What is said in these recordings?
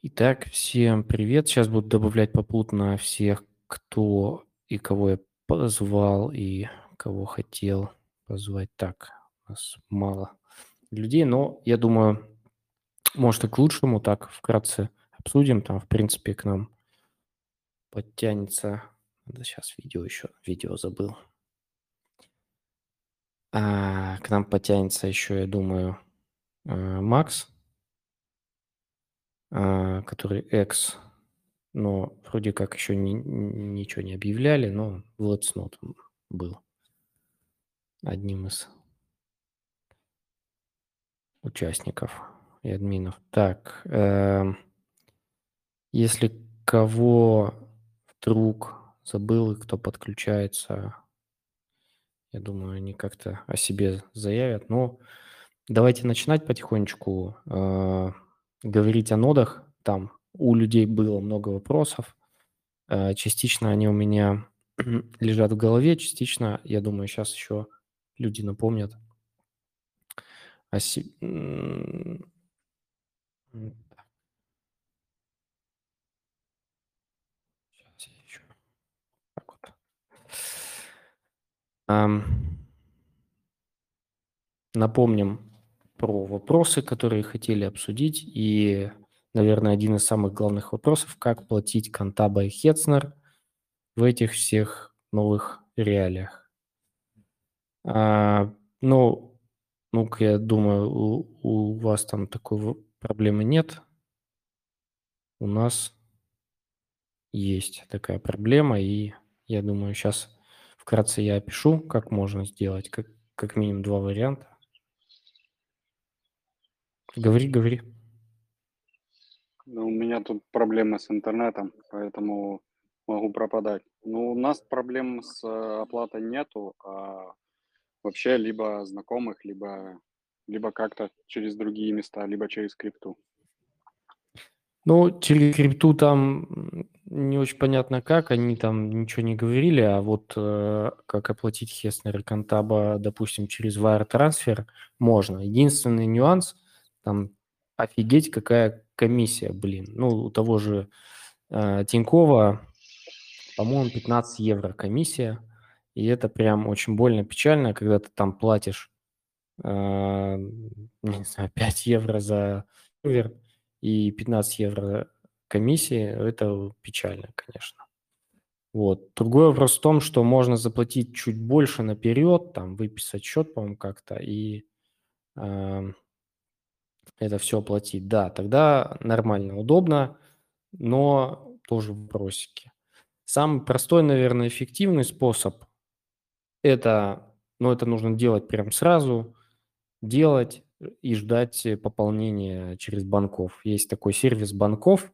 Итак, всем привет. Сейчас буду добавлять попутно всех, кто и кого я позвал, и кого хотел позвать. Так, у нас мало людей, но я думаю, может и к лучшему. Так, вкратце обсудим. Там, в принципе, к нам подтянется. Надо сейчас видео еще. Видео забыл. К нам подтянется еще, я думаю, Макс, который экс, но вроде как еще ничего не объявляли, но в Let's Not он был одним из участников и админов. Так, если кого вдруг забыл и кто подключается, я думаю, они как-то о себе заявят. Но давайте начинать потихонечку говорить о нодах. Там у людей было много вопросов. Частично они у меня лежат в голове, частично, я думаю, сейчас еще люди напомнят о себе. Сейчас я еще так вот. Напомним про вопросы, которые хотели обсудить. И, наверное, один из самых главных вопросов – как платить Контаба и Хецнер в этих всех новых реалиях. Ну, ну-ка, я думаю, у вас там такой проблемы нет. У нас есть такая проблема, и я думаю, сейчас вкратце я опишу, как можно сделать, как минимум два варианта. Говори, говори. Ну, у меня тут проблемы с интернетом, поэтому могу пропадать. Ну, у нас проблем с оплатой нету, а вообще либо знакомых, либо как-то через другие места, либо через крипту. Ну, через крипту там не очень понятно как, они там ничего не говорили, а вот как оплатить Хеснер и Контаба, допустим, через Wire Transfer можно. Единственный нюанс, там офигеть какая комиссия, блин. Ну, у того же Тинькова, по-моему, 15 евро комиссия, и это прям очень больно печально, когда ты там платишь не знаю, 5 евро за сервер и 15 евро комиссии, это печально, конечно. Вот. Другой вопрос в том, что можно заплатить чуть больше наперед, там выписать счет, по-моему, как-то, и э, это все оплатить. Да, тогда нормально, удобно, но тоже вопросики. Самый простой, наверное, эффективный способ – это, но это нужно делать прям сразу, делать и ждать пополнения через банков. Есть такой сервис банков,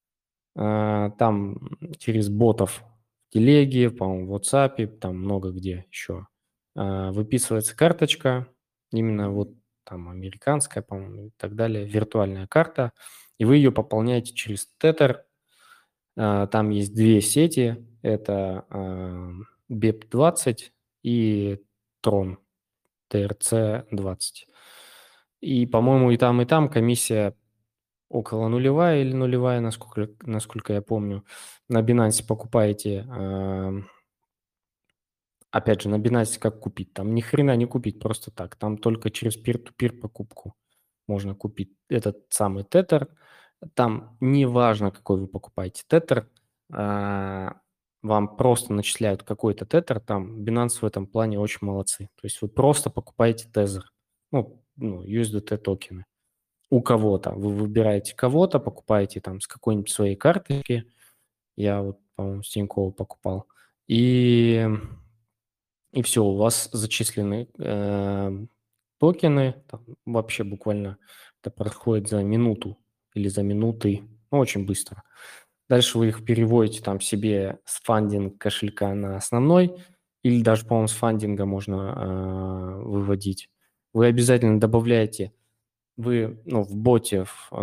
там через ботов в телеге, по-моему, в WhatsApp, там много где еще. Выписывается карточка, именно вот там американская, по-моему, и так далее, виртуальная карта, и вы ее пополняете через Tether. Там есть две сети, это BEP20 и Tron, TRC-20. И, по-моему, и там комиссия около нулевая или нулевая, насколько я помню. На Binance покупаете, опять же, на Binance как купить? Там ни хрена не купить просто так. Там только через peer-to-peer покупку можно купить этот самый тетер. Там не важно, какой вы покупаете тетер, вам просто начисляют какой-то тетер, там Binance в этом плане очень молодцы. То есть вы просто покупаете тезер, ну USDT токены у кого-то. Вы выбираете кого-то, покупаете там с какой-нибудь своей карточки. Я вот, по-моему, с Тинькофф покупал. И все, у вас зачислены токены. Там вообще буквально это происходит за минуту или за минуты. Ну, очень быстро. Дальше вы их переводите там себе с фандинг кошелька на основной, или даже, по-моему, с фандинга можно выводить. Вы обязательно добавляете, в боте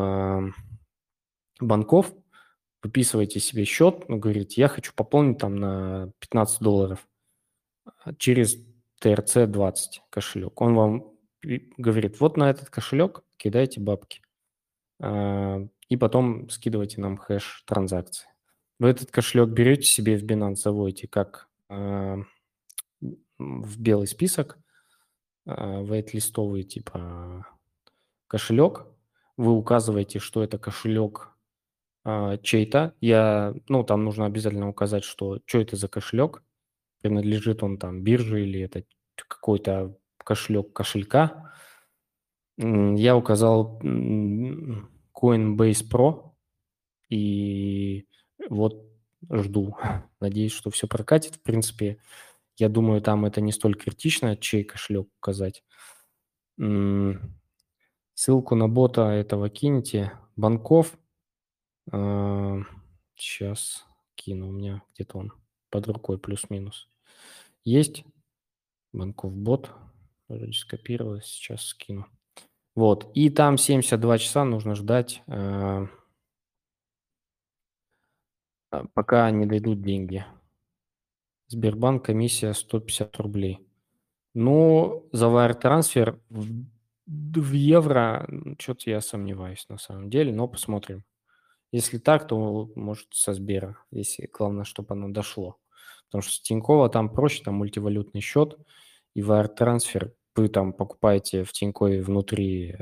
банков выписываете себе счет, говорите, я хочу пополнить там на $15 через TRC-20 кошелек. Он вам говорит, вот на этот кошелек кидайте бабки. и потом скидывайте нам хэш транзакции. Вы этот кошелек берете себе в Binance, заводите как в белый список, white-листовый типа кошелек. Вы указываете, что это кошелек чей-то. Там нужно обязательно указать, что это за кошелек, принадлежит он там бирже или это какой-то кошелек кошелька. Я указал Coinbase Pro и вот жду. Надеюсь, что все прокатит. В принципе, я думаю, там это не столь критично, чей кошелек указать. Ссылку на бота этого киньте. Банков. Сейчас кину. У меня где-то он под рукой плюс-минус. Есть. Банков бот. Вроде скопировалось. Сейчас скину. Вот. И там 72 часа нужно ждать, пока не дойдут деньги. Сбербанк, комиссия 150 рублей. Ну, за wire-трансфер в евро что-то я сомневаюсь на самом деле, но посмотрим. Если так, то, может, со Сбера, если главное, чтобы оно дошло. Потому что с Тинькова там проще, там мультивалютный счет и wire-трансфер. Вы там покупаете в Тинькове внутри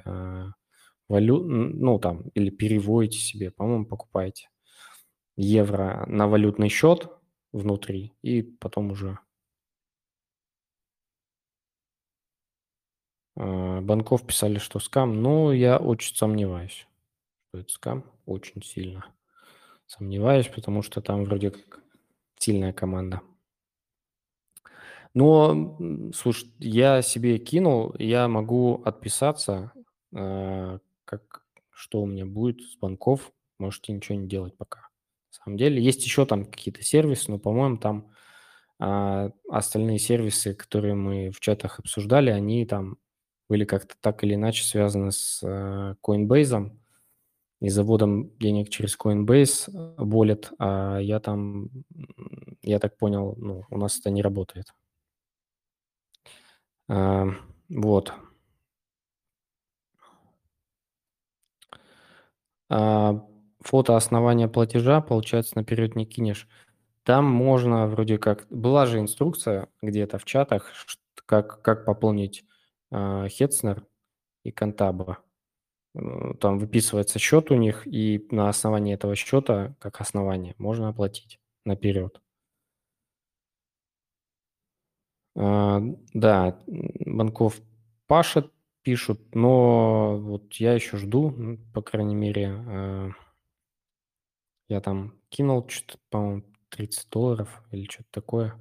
там, или переводите себе, по-моему, покупаете евро на валютный счет внутри и потом уже Банков писали, что скам, но я очень сомневаюсь, что это скам, очень сильно сомневаюсь, потому что там вроде как сильная команда. Но, слушай, я себе кинул, я могу отписаться, что у меня будет с Банков, можете ничего не делать пока. На самом деле есть еще там какие-то сервисы, но, по-моему, там остальные сервисы, которые мы в чатах обсуждали, они там были как-то так или иначе связаны с Coinbase и заводом денег через Coinbase Wallet, а я так понял, у нас это не работает. Вот. Фото основания платежа, получается, наперед не кинешь. Там можно вроде как... Была же инструкция где-то в чатах, как пополнить Хетцнер и Контабо. Там выписывается счет у них, и на основании этого счета, как основание, можно оплатить наперед. Да, Банков пашет, пишут, но вот я еще жду, по крайней мере, я там кинул что-то, по-моему, $30 или что-то такое.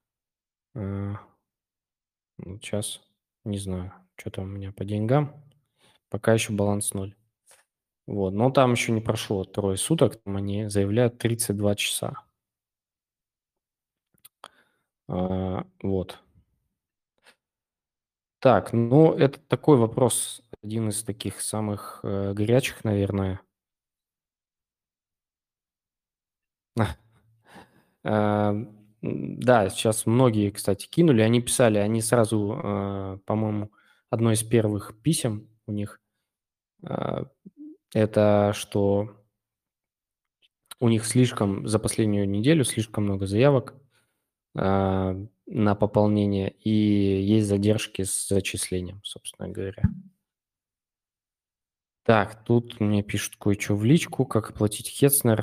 Сейчас не знаю, что там у меня по деньгам. Пока еще баланс 0. Вот, но там еще не прошло трое суток, там они заявляют 32 часа. Вот. Так, это такой вопрос, один из таких самых горячих, наверное. Да, сейчас многие, кстати, кинули, они писали, они сразу, по-моему, одно из первых писем у них, это что у них за последнюю неделю слишком много заявок на пополнение, и есть задержки с зачислением, собственно говоря. Так, тут мне пишут кое-что в личку, как оплатить Хетцнер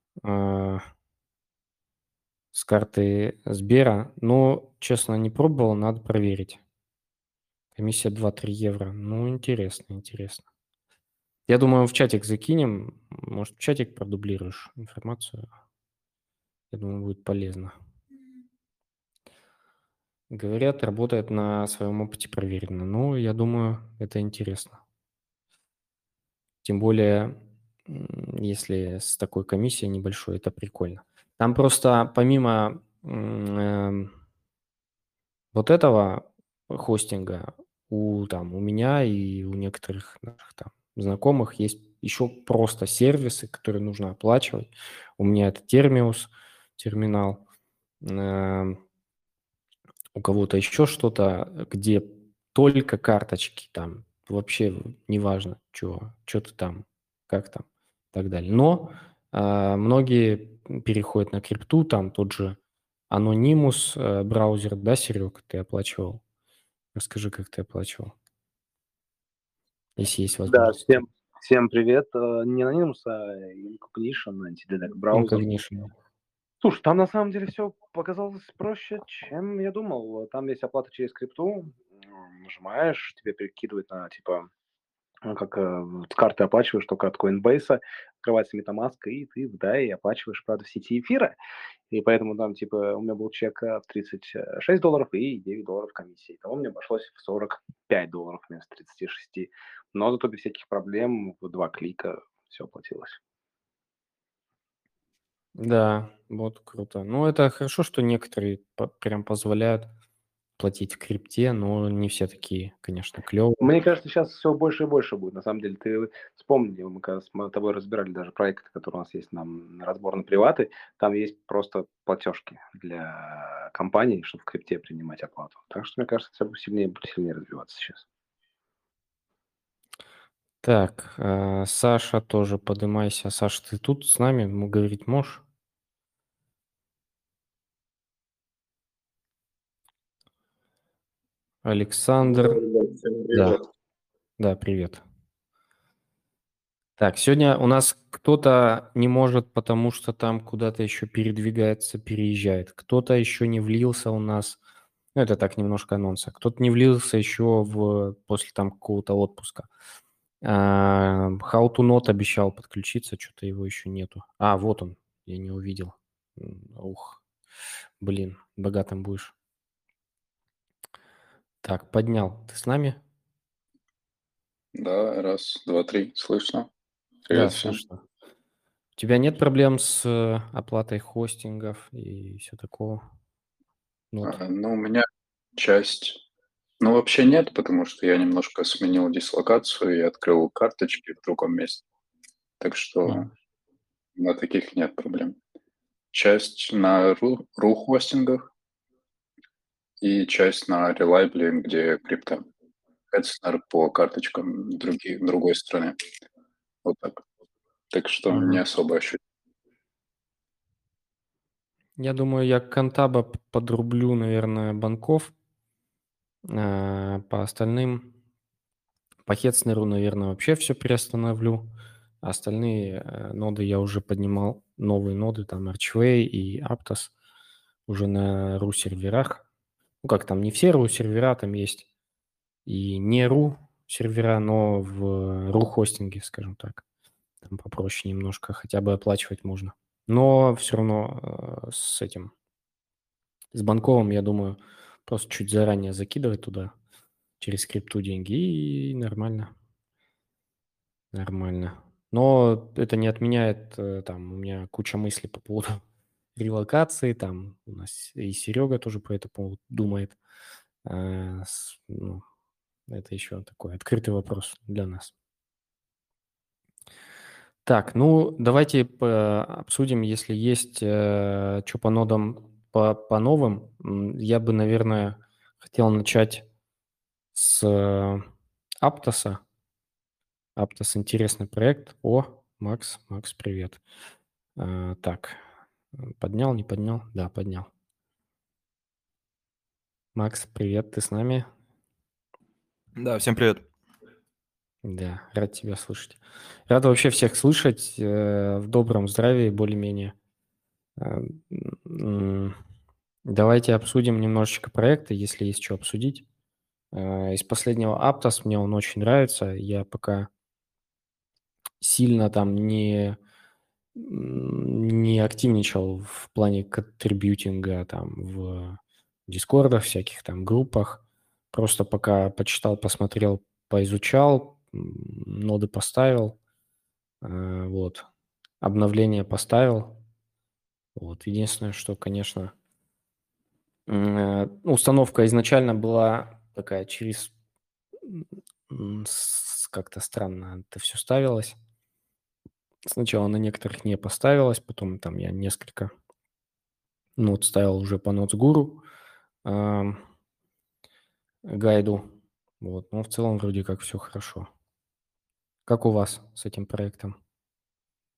с карты Сбера. Но, честно, не пробовал, надо проверить. Комиссия 2-3 евро. Интересно. Я думаю, в чатик закинем. Может, в чатик продублируешь информацию. Я думаю, будет полезно. Говорят, работает на своем опыте проверено. Я думаю, это интересно. Тем более, если с такой комиссией небольшой, это прикольно. Там просто помимо вот этого хостинга у меня и у некоторых наших там знакомых есть еще просто сервисы, которые нужно оплачивать. У меня это терминал. У кого-то еще что-то, где только карточки там, вообще неважно, что ты там, как там. так далее. Но многие переходят на крипту, там тот же Anonymous браузер, да, Серег, ты оплачивал? Расскажи, как ты оплачивал, если есть Да, возможность. всем привет. Не Anonymous, а Incognition, антидетект браузер. Incognition. Слушай, там на самом деле все показалось проще, чем я думал. Там есть оплата через крипту, нажимаешь, тебе перекидывает на, типа, как с карты оплачиваешь, только от Coinbase, открывается MetaMask, и ты в DAI оплачиваешь, правда, в сети эфира. И поэтому там, типа, у меня был чек в $36 и $9 комиссии. Итого мне обошлось в $45 вместо 36. Но зато без всяких проблем в 2 клика все оплатилось. Да, вот круто. Ну, это хорошо, что некоторые прям позволяют платить в крипте, но не все такие, конечно, клевые. Мне кажется, сейчас все больше и больше будет. На самом деле, ты вспомни, мы когда с тобой разбирали даже проект, который у нас есть на разбор на приваты, там есть просто платежки для компаний, чтобы в крипте принимать оплату. Так что, мне кажется, это будет сильнее развиваться сейчас. Так, Саша тоже подымайся. Саша, ты тут с нами? Говорить можешь? Александр. Ребят, всем Да, привет. да, привет. Так, сегодня у нас кто-то не может, потому что там куда-то еще передвигается, переезжает. Кто-то еще не влился у нас. Ну, это так немножко анонса. Кто-то не влился еще после там какого-то отпуска. How to Not обещал подключиться, что-то его еще нету. Вот он, я не увидел. Ух, блин, богатым будешь. Так, поднял. Ты с нами? Да, раз, два, три, слышно? Да, Привет всем. слышно. У тебя нет проблем с оплатой хостингов и все такого? Нот. Ну, у меня часть... Ну, вообще нет, потому что я немножко сменил дислокацию и открыл карточки в другом месте. Так что на таких нет проблем. Часть на ру-хостингах и часть на Reliably, где крипта. Эцнер по карточкам другой страны. Вот так. Так что не Мгм. особо ощутимо. Я думаю, я Контаба подрублю, наверное, банков. По остальным, по Хетснеру, наверное, вообще все приостановлю. А остальные ноды я уже поднимал, новые ноды, там Archway и Aptos уже на RU-серверах. Ну, как там, не все RU-сервера, там есть и не RU сервера, но в RU-хостинге, скажем так. Там попроще немножко, хотя бы оплачивать можно. Но все равно с этим, с банковым, я думаю, просто чуть заранее закидывать туда через крипту деньги, и нормально, нормально. Но это не отменяет, там, у меня куча мыслей по поводу релокации, там у нас и Серега тоже по этому поводу думает. Ну, это еще такой открытый вопрос для нас. Так, ну давайте обсудим, если есть что по нодам, по новым. Я бы, наверное, хотел начать с Аптоса. Аптос интересный проект. Макс, привет. Так, поднял, не поднял? Да, поднял. Макс, привет, ты с нами? Да, всем привет. Да, рад тебя слышать. Рад вообще всех слышать в добром здравии, более-менее. Э, м, Давайте обсудим немножечко проекта, если есть что обсудить. Из последнего Aptos мне он очень нравится. Я пока сильно там не активничал в плане контрибьютинга там в дискордах, всяких там группах. Просто пока почитал, посмотрел, поизучал, ноды поставил, вот, обновление поставил. Вот, единственное, что, конечно, установка изначально была такая как-то странно это все ставилось. Сначала на некоторых не поставилось, потом там я несколько нод ставил уже по Нотсгуру гайду. Вот, но в целом вроде как все хорошо. Как у вас с этим проектом?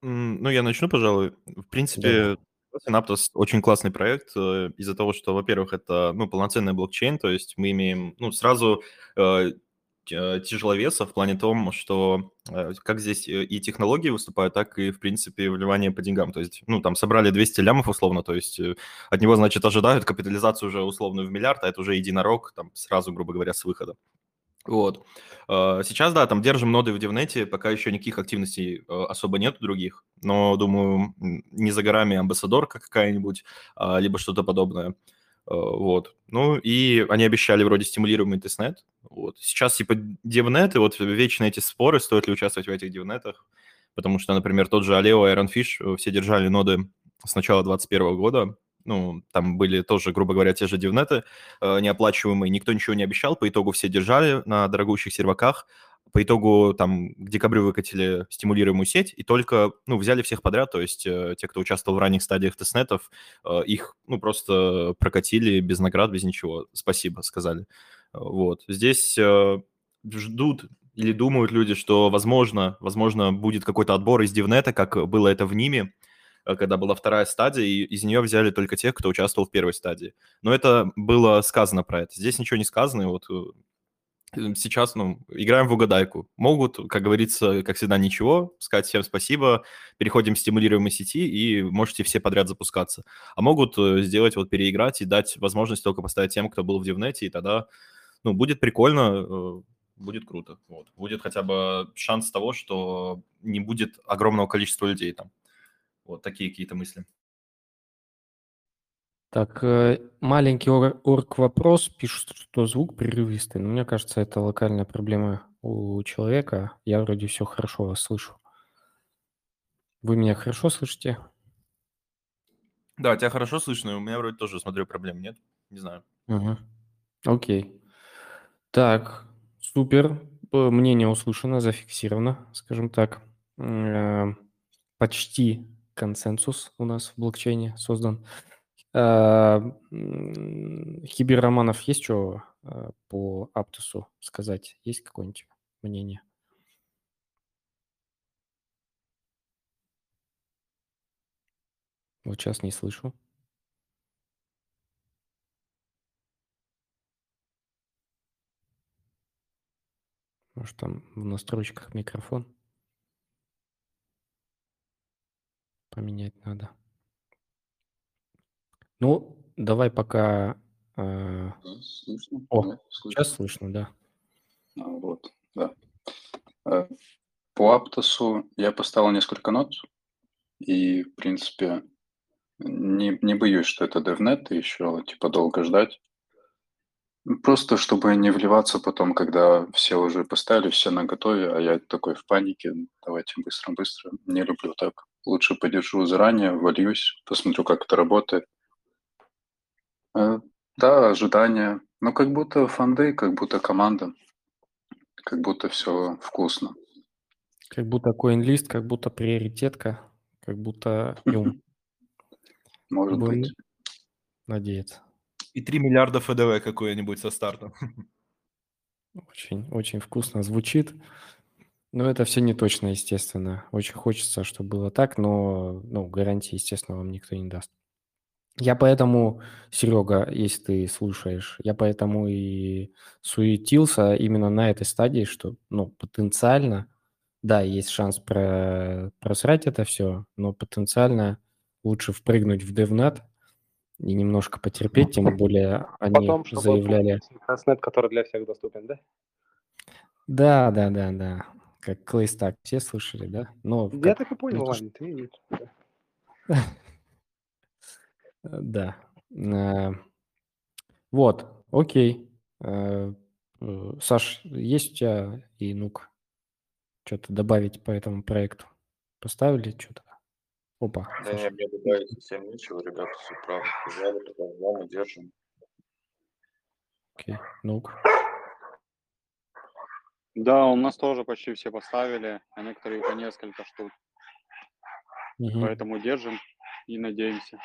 Ну, я начну, пожалуй. В принципе, Synaptos очень классный проект из-за того, что, во-первых, это, полноценный блокчейн, то есть мы имеем, сразу тяжеловеса в плане том, что как здесь и технологии выступают, так и, в принципе, вливание по деньгам. То есть, там собрали 200 лямов условно, то есть от него, значит, ожидают капитализацию уже условную в миллиард, а это уже единорог, там сразу, грубо говоря, с выхода. Вот. Сейчас, да, там держим ноды в Дивнете, пока еще никаких активностей особо нет других, но, думаю, не за горами амбассадорка какая-нибудь, либо что-то подобное. Вот. Ну, и они обещали вроде стимулируемый тестнет. Вот. Сейчас, типа, DevNet, и вот вечно эти споры, стоит ли участвовать в этих DevNet'ах, потому что, например, тот же Aleo и Ironfish все держали ноды с начала 2021 года, там были тоже, грубо говоря, те же DevNet'ы, неоплачиваемые, никто ничего не обещал, по итогу все держали на дорогущих серваках, по итогу там к декабрю выкатили стимулируемую сеть и только, взяли всех подряд, то есть те, кто участвовал в ранних стадиях тестнетов, их, просто прокатили без наград, без ничего, спасибо, сказали. Вот. Здесь ждут или думают люди, что, возможно, будет какой-то отбор из DevNet, как было это в Ниме, когда была вторая стадия, и из нее взяли только тех, кто участвовал в первой стадии. Но это было сказано про это. Здесь ничего не сказано, и вот сейчас, играем в угадайку. Могут, как говорится, как всегда, ничего, сказать всем спасибо, переходим к стимулируемой сети, и можете все подряд запускаться. А могут сделать, переиграть и дать возможность только поставить тем, кто был в Дивнете, и тогда, будет прикольно, будет круто. Вот. Будет хотя бы шанс того, что не будет огромного количества людей там. Вот такие какие-то мысли. Так, маленький орг-вопрос. Пишут, что звук прерывистый. Но мне кажется, это локальная проблема у человека. Я вроде все хорошо вас слышу. Вы меня хорошо слышите? Да, тебя хорошо слышно, и у меня вроде тоже, смотрю, проблем нет. Не знаю. Угу. Окей. Так, супер. Мнение услышано, зафиксировано, скажем так. Почти консенсус у нас в блокчейне создан. Хибер Романов, есть что по Аптосу сказать? Есть какое-нибудь мнение? Вот сейчас не слышу. Может, там в настройках микрофон поменять надо. Ну, давай пока... Слышно? О, Да, сейчас слышно. слышно, да. Вот, да. По Аптосу я поставил несколько нот, и, в принципе, не боюсь, что это DevNet, и еще, типа, долго ждать. Просто чтобы не вливаться потом, когда все уже поставили, все наготове, а я такой в панике, давайте быстро-быстро. Не люблю так. Лучше подержу заранее, вольюсь, посмотрю, как это работает. Да, ожидания. Но как будто фанды, как будто команда, как будто все вкусно. Как будто CoinList, как будто приоритетка, как будто Юм. Может Будем быть. надеяться. И 3 миллиарда ФДВ какое-нибудь со старта. Очень, очень вкусно звучит. Но это все не точно, естественно. Очень хочется, чтобы было так, но гарантии, естественно, вам никто не даст. Я поэтому, Серега, если ты слушаешь, я поэтому и суетился именно на этой стадии, что, потенциально, да, есть шанс просрать это все, но потенциально лучше впрыгнуть в DevNet и немножко потерпеть, тем более они Потом, чтобы заявляли... тестнет, который для всех доступен, да? Да. Как Клейстак, все слышали, да? Но Я как... так и понял, Вань, ты... Да. Вот, окей. Саш, есть у тебя и ну-ка что-то добавить по этому проекту? Поставили что-то? Опа, Да Саша. не, мне добавить совсем нечего, ребята, все правильно сказали, пока мы держим. Окей, ну-ка. Да, у нас тоже почти все поставили, а некоторые по несколько штук. Угу. Поэтому держим и надеемся.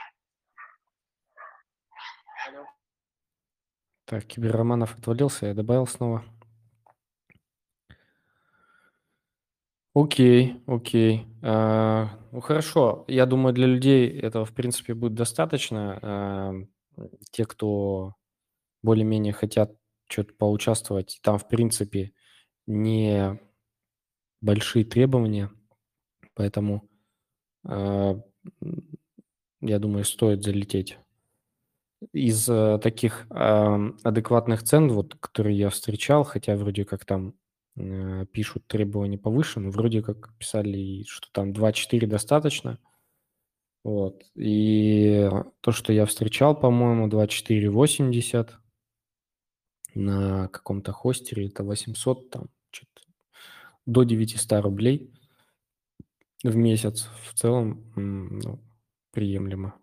Так, Киберроманов отвалился, я добавил снова. Окей, окей. Ну хорошо. Я думаю, для людей этого, в принципе, будет достаточно. Те, кто более-менее хотят что-то поучаствовать, там, в принципе, не большие требования, поэтому а, я думаю, стоит залететь. Из таких адекватных цен, вот, которые я встречал, хотя вроде как там пишут требования повышены, вроде как писали, что там 2,4 достаточно. Вот. И то, что я встречал, по-моему, 2,480 на каком-то хостере, это 800, там, что-то до 900 рублей в месяц. В целом, ну, приемлемо.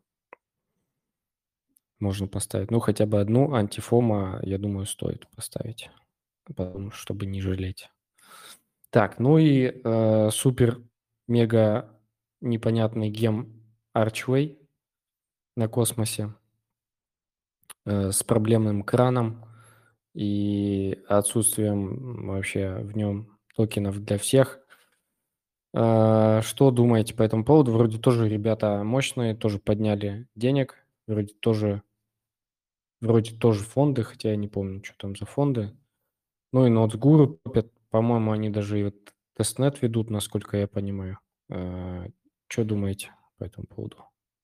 Можно поставить. Ну, хотя бы одну антифома, я думаю, стоит поставить, чтобы не жалеть. Так, ну и супер-мега непонятный гем Archway на космосе с проблемным краном и отсутствием вообще в нем токенов для всех. Что думаете по этому поводу? Вроде тоже ребята мощные, тоже подняли денег, вроде тоже фонды, хотя я не помню, что там за фонды. Ну и Notesguru топят, по-моему, они даже и вот тестнет ведут, насколько я понимаю. Что думаете по этому поводу?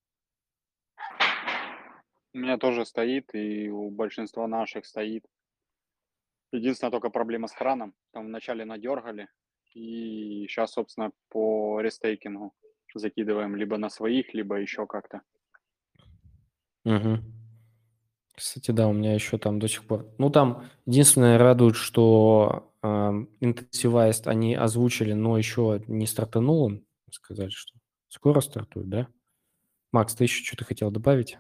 У меня тоже стоит, и у большинства наших стоит. Единственная только проблема с краном. Там вначале надергали, и сейчас, собственно, по рестейкингу закидываем либо на своих, либо еще как-то. Угу. Кстати, да, у меня еще там до сих пор... Ну, там единственное радует, что Intensivized они озвучили, но еще не стартанул он. Сказали, что скоро стартует, да? Макс, ты еще что-то хотел добавить?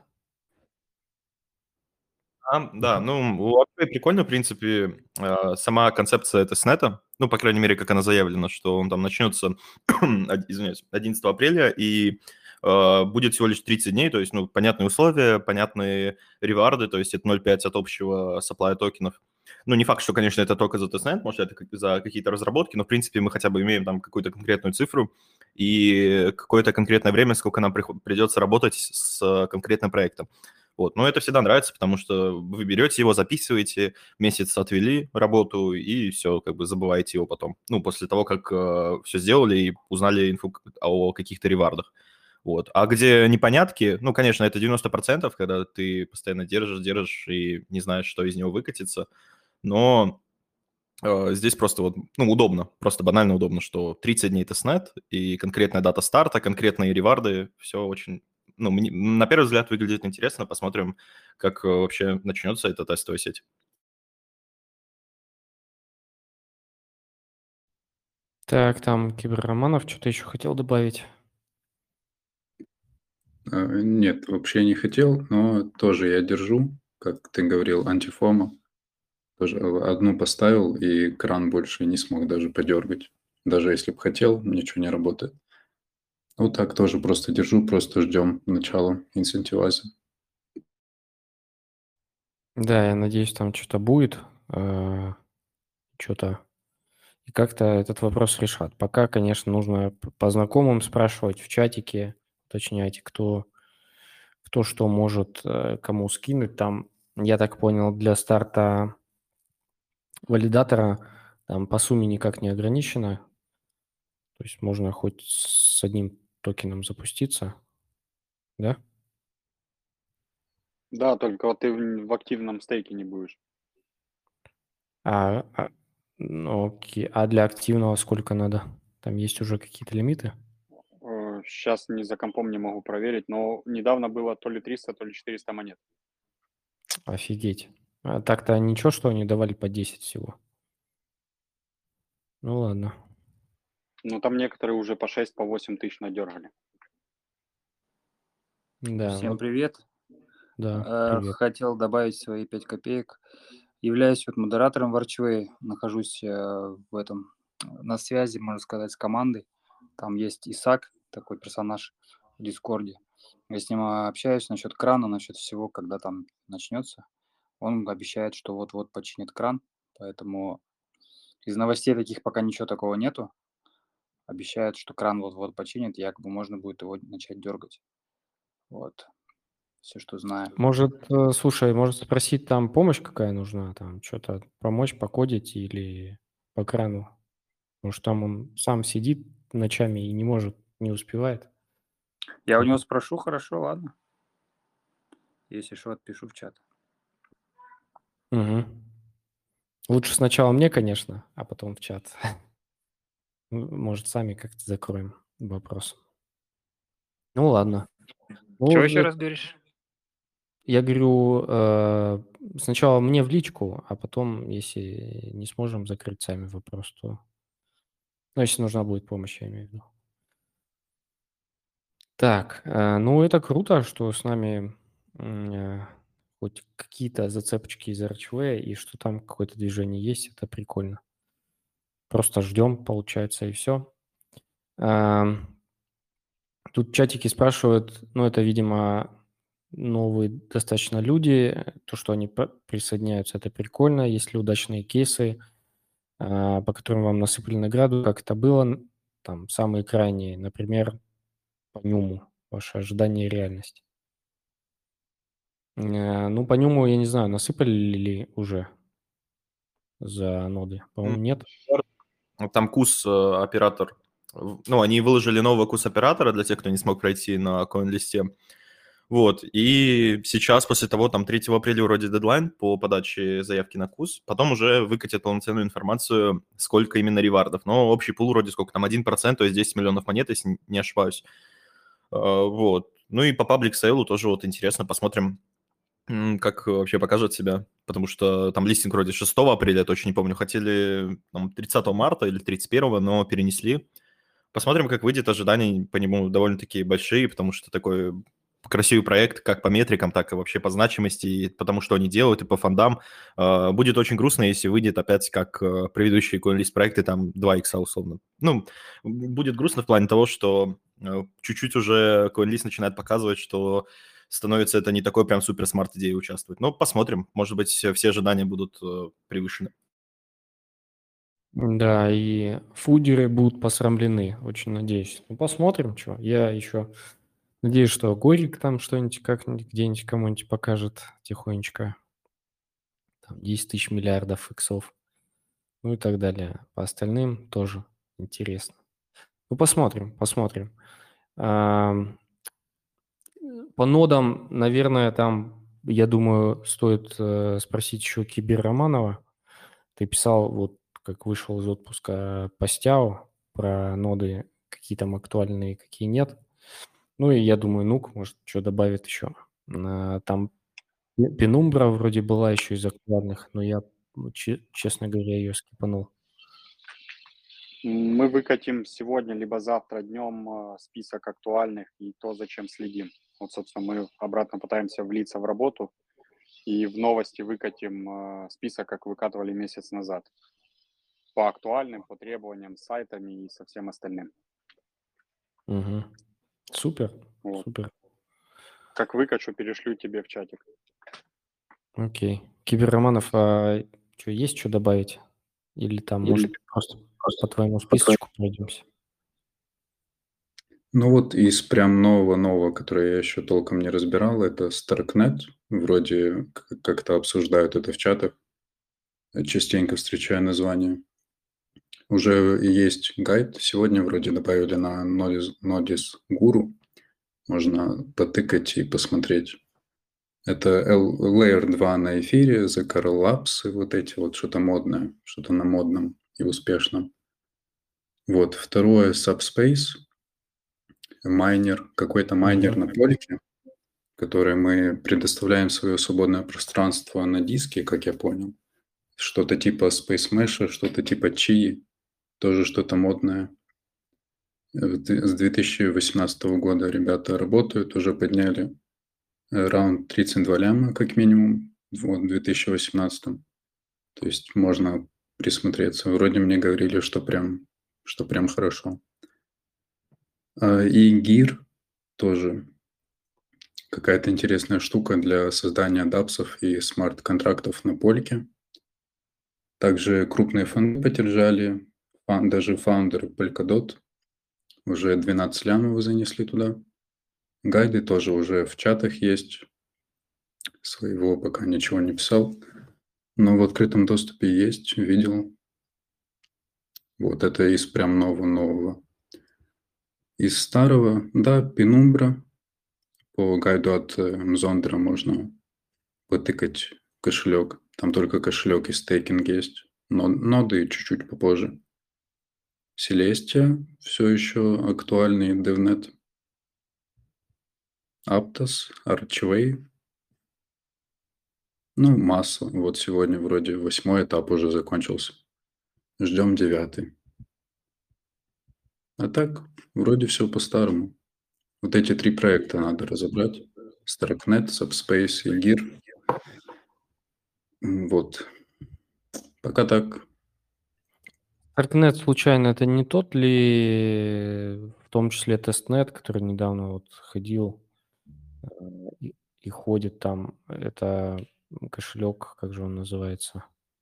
Да, ну, у Huawei прикольно, в принципе, сама концепция тестнета, ну, по крайней мере, как она заявлена, что он там начнется, извиняюсь, 11 апреля, и будет всего лишь 30 дней, то есть, ну, понятные условия, понятные реварды, то есть это 0,5 от общего сапплая токенов. Ну, не факт, что, конечно, это только за тестнет, может, это за какие-то разработки, но, в принципе, мы хотя бы имеем там какую-то конкретную цифру и какое-то конкретное время, сколько нам придется работать с конкретным проектом. Вот. Но это всегда нравится, потому что вы берете его, записываете, месяц отвели работу, и все, как бы забываете его потом. Ну, после того, как все сделали и узнали инфу о каких-то ревардах. Вот. А где непонятки, ну, конечно, это 90%, когда ты постоянно держишь и не знаешь, что из него выкатится. Но здесь просто вот, ну, удобно, просто банально удобно, что 30 дней тестнет и конкретная дата старта, конкретные реварды, все очень, ну, на первый взгляд выглядит интересно, посмотрим, как вообще начнется эта тестовая сеть. Так, там Киберроманов что-то еще хотел добавить. Нет, вообще не хотел, но тоже я держу, как ты говорил, антифома. Тоже одну поставил, и кран больше не смог даже подергать. Даже если бы хотел, ничего не работает. Вот так тоже просто держу, просто ждем начала инцентивайза. Да, я надеюсь, там что-то будет. Что-то и как-то этот вопрос решат. Пока, конечно, нужно по знакомым спрашивать в чатике, уточнять, кто что может кому скинуть. Там, я так понял, для старта валидатора там по сумме никак не ограничено. То есть можно хоть с одним токеном запуститься, да? Да, только вот ты в активном стейке не будешь. Ну, окей. А для активного сколько надо? Там есть уже какие-то лимиты? Сейчас не за компом не могу проверить, но недавно было то ли 300, то ли 400 монет. Офигеть. А так-то ничего, что они давали по 10 всего. Ну ладно. Ну, там некоторые уже по 6, по 8 тысяч надергали. Да, Всем ну привет. да, привет. Хотел добавить свои 5 копеек. Являюсь вот модератором в Archway, нахожусь на связи, можно сказать, с командой. Там есть Исаак, такой персонаж в Дискорде. Я с ним общаюсь насчет крана, насчет всего, когда там начнется. Он обещает, что вот-вот починит кран, поэтому из новостей таких пока ничего такого нету. обещают, что кран вот-вот починит, якобы можно будет его начать дергать. Вот, все, что знаю. Может, слушай, может спросить, там помощь какая нужна, там что-то помочь покодить или по крану? Может, там он сам сидит ночами и не может, не успевает? Я у него спрошу, хорошо, ладно. Если что, отпишу в чат. Угу. Лучше сначала мне, конечно, а потом в чат. Может, сами как-то закроем вопрос. Ну, ладно. Ну, Чего еще раз говоришь? Я говорю, сначала мне в личку, а потом, если не сможем закрыть сами вопрос, то... Ну, если нужна будет помощь, я имею в виду. Так, ну это круто, что с нами хоть какие-то зацепочки из Archway, и что там какое-то движение есть, это прикольно. Просто ждем, получается, и все. Тут чатики спрашивают, ну это, видимо, новые достаточно люди, то, что они присоединяются, это прикольно. Есть ли удачные кейсы, по которым вам насыпали награду, как это было, там, самые крайние, например, по Нюму, ваши ожидания и реальность. Ну, по Нюму, я не знаю, насыпали ли уже за ноды? По-моему, нет. Там кус оператор. Ну, они выложили нового кус оператора для тех, кто не смог пройти на коин-листе. Вот, и сейчас, после того, там, 3 апреля вроде дедлайн по подаче заявки на кус, потом уже выкатят полноценную информацию, сколько именно ревардов. Но общий пул вроде сколько там, 1%, то есть 10 миллионов монет, если не ошибаюсь. Вот. Ну и по паблик сейлу тоже вот интересно, посмотрим, как вообще покажет себя, потому что там листинг вроде 6 апреля, я точно не помню, хотели там, 30 марта или 31, но перенесли. Посмотрим, как выйдет, ожидания по нему довольно-таки большие, потому что такой красивый проект как по метрикам, так и вообще по значимости, и потому что они делают, и по фондам. Будет очень грустно, если выйдет опять как предыдущие CoinList проекты, там 2 икса условно. Ну, будет грустно в плане того, что чуть-чуть уже CoinList начинает показывать, что становится это не такой прям супер смарт идеей участвовать. Но посмотрим, может быть, все ожидания будут превышены. Да, и фудеры будут посрамлены, очень надеюсь. Ну, посмотрим, что. Я еще надеюсь, что Горик там что-нибудь как-нибудь где-нибудь кому-нибудь покажет тихонечко. Там 10 тысяч миллиардов иксов. Ну и так далее. По остальным тоже интересно. Ну, посмотрим, посмотрим. По нодам, наверное, там, я думаю, стоит спросить еще Киберроманова. Ты писал, вот как вышел из отпуска, постяу про ноды, какие там актуальные, какие нет. Ну и я думаю, Нук, может, что добавит еще. Там Пенумбра вроде была еще из актуальных, но я, честно говоря, ее скипанул. Мы выкатим сегодня либо завтра днем список актуальных и то, зачем следим. Вот, собственно, мы обратно пытаемся влиться в работу и в новости выкатим список, как выкатывали месяц назад. По актуальным, по требованиям, с сайтами и со всем остальным. Угу. Супер, Вот. супер. Как выкачу, перешлю тебе в чатик. Окей. Киберроманов, а что, есть что добавить? Или там, может, просто по твоему списочку пройдемся? Ну вот из прям нового, которое я еще толком не разбирал, это Starknet. Вроде как-то обсуждают это в чатах. Частенько встречаю название. Уже есть гайд. Сегодня вроде добавили на Nodis Guru. Можно потыкать и посмотреть. Это Layer 2 на эфире, The Carol Labs и вот эти вот что-то модное, что-то на модном и успешном. Вот. Второе Subspace. Майнер, какой-то майнер на польке, который мы предоставляем свое свободное пространство на диске, как я понял. Что-то типа Space Mesh, что-то типа Chi, тоже что-то модное. С 2018 года ребята работают, уже подняли раунд 32 ляма, как минимум, вот, в 2018. То есть можно присмотреться. Вроде мне говорили, что прям хорошо. И Gear тоже какая-то интересная штука для создания дапсов и смарт-контрактов на польке. Также крупные фонды поддержали, даже фаундеры Polkadot Уже 12 лямов занесли туда. Гайды тоже уже в чатах есть. Своего пока ничего не писал. Но в открытом доступе есть, видел. Вот это из прям нового. Из старого, да, Penumbra. По гайду от Зондера можно потыкать кошелек. Там только кошелек и стейкинг есть. Но ноды чуть-чуть попозже. Celestia все еще актуальный DevNet. Aptos, Archway. Ну, масса. Вот сегодня вроде 8-й этап уже закончился. Ждем 9-й. А так, вроде все по-старому. Вот эти 3 проекта надо разобрать. Starknet, Subspace и Gear. Вот. Пока так. Darknet, случайно, это не тот ли, в том числе, тестнет, который недавно вот ходил и ходит там? Это кошелек, как же он называется?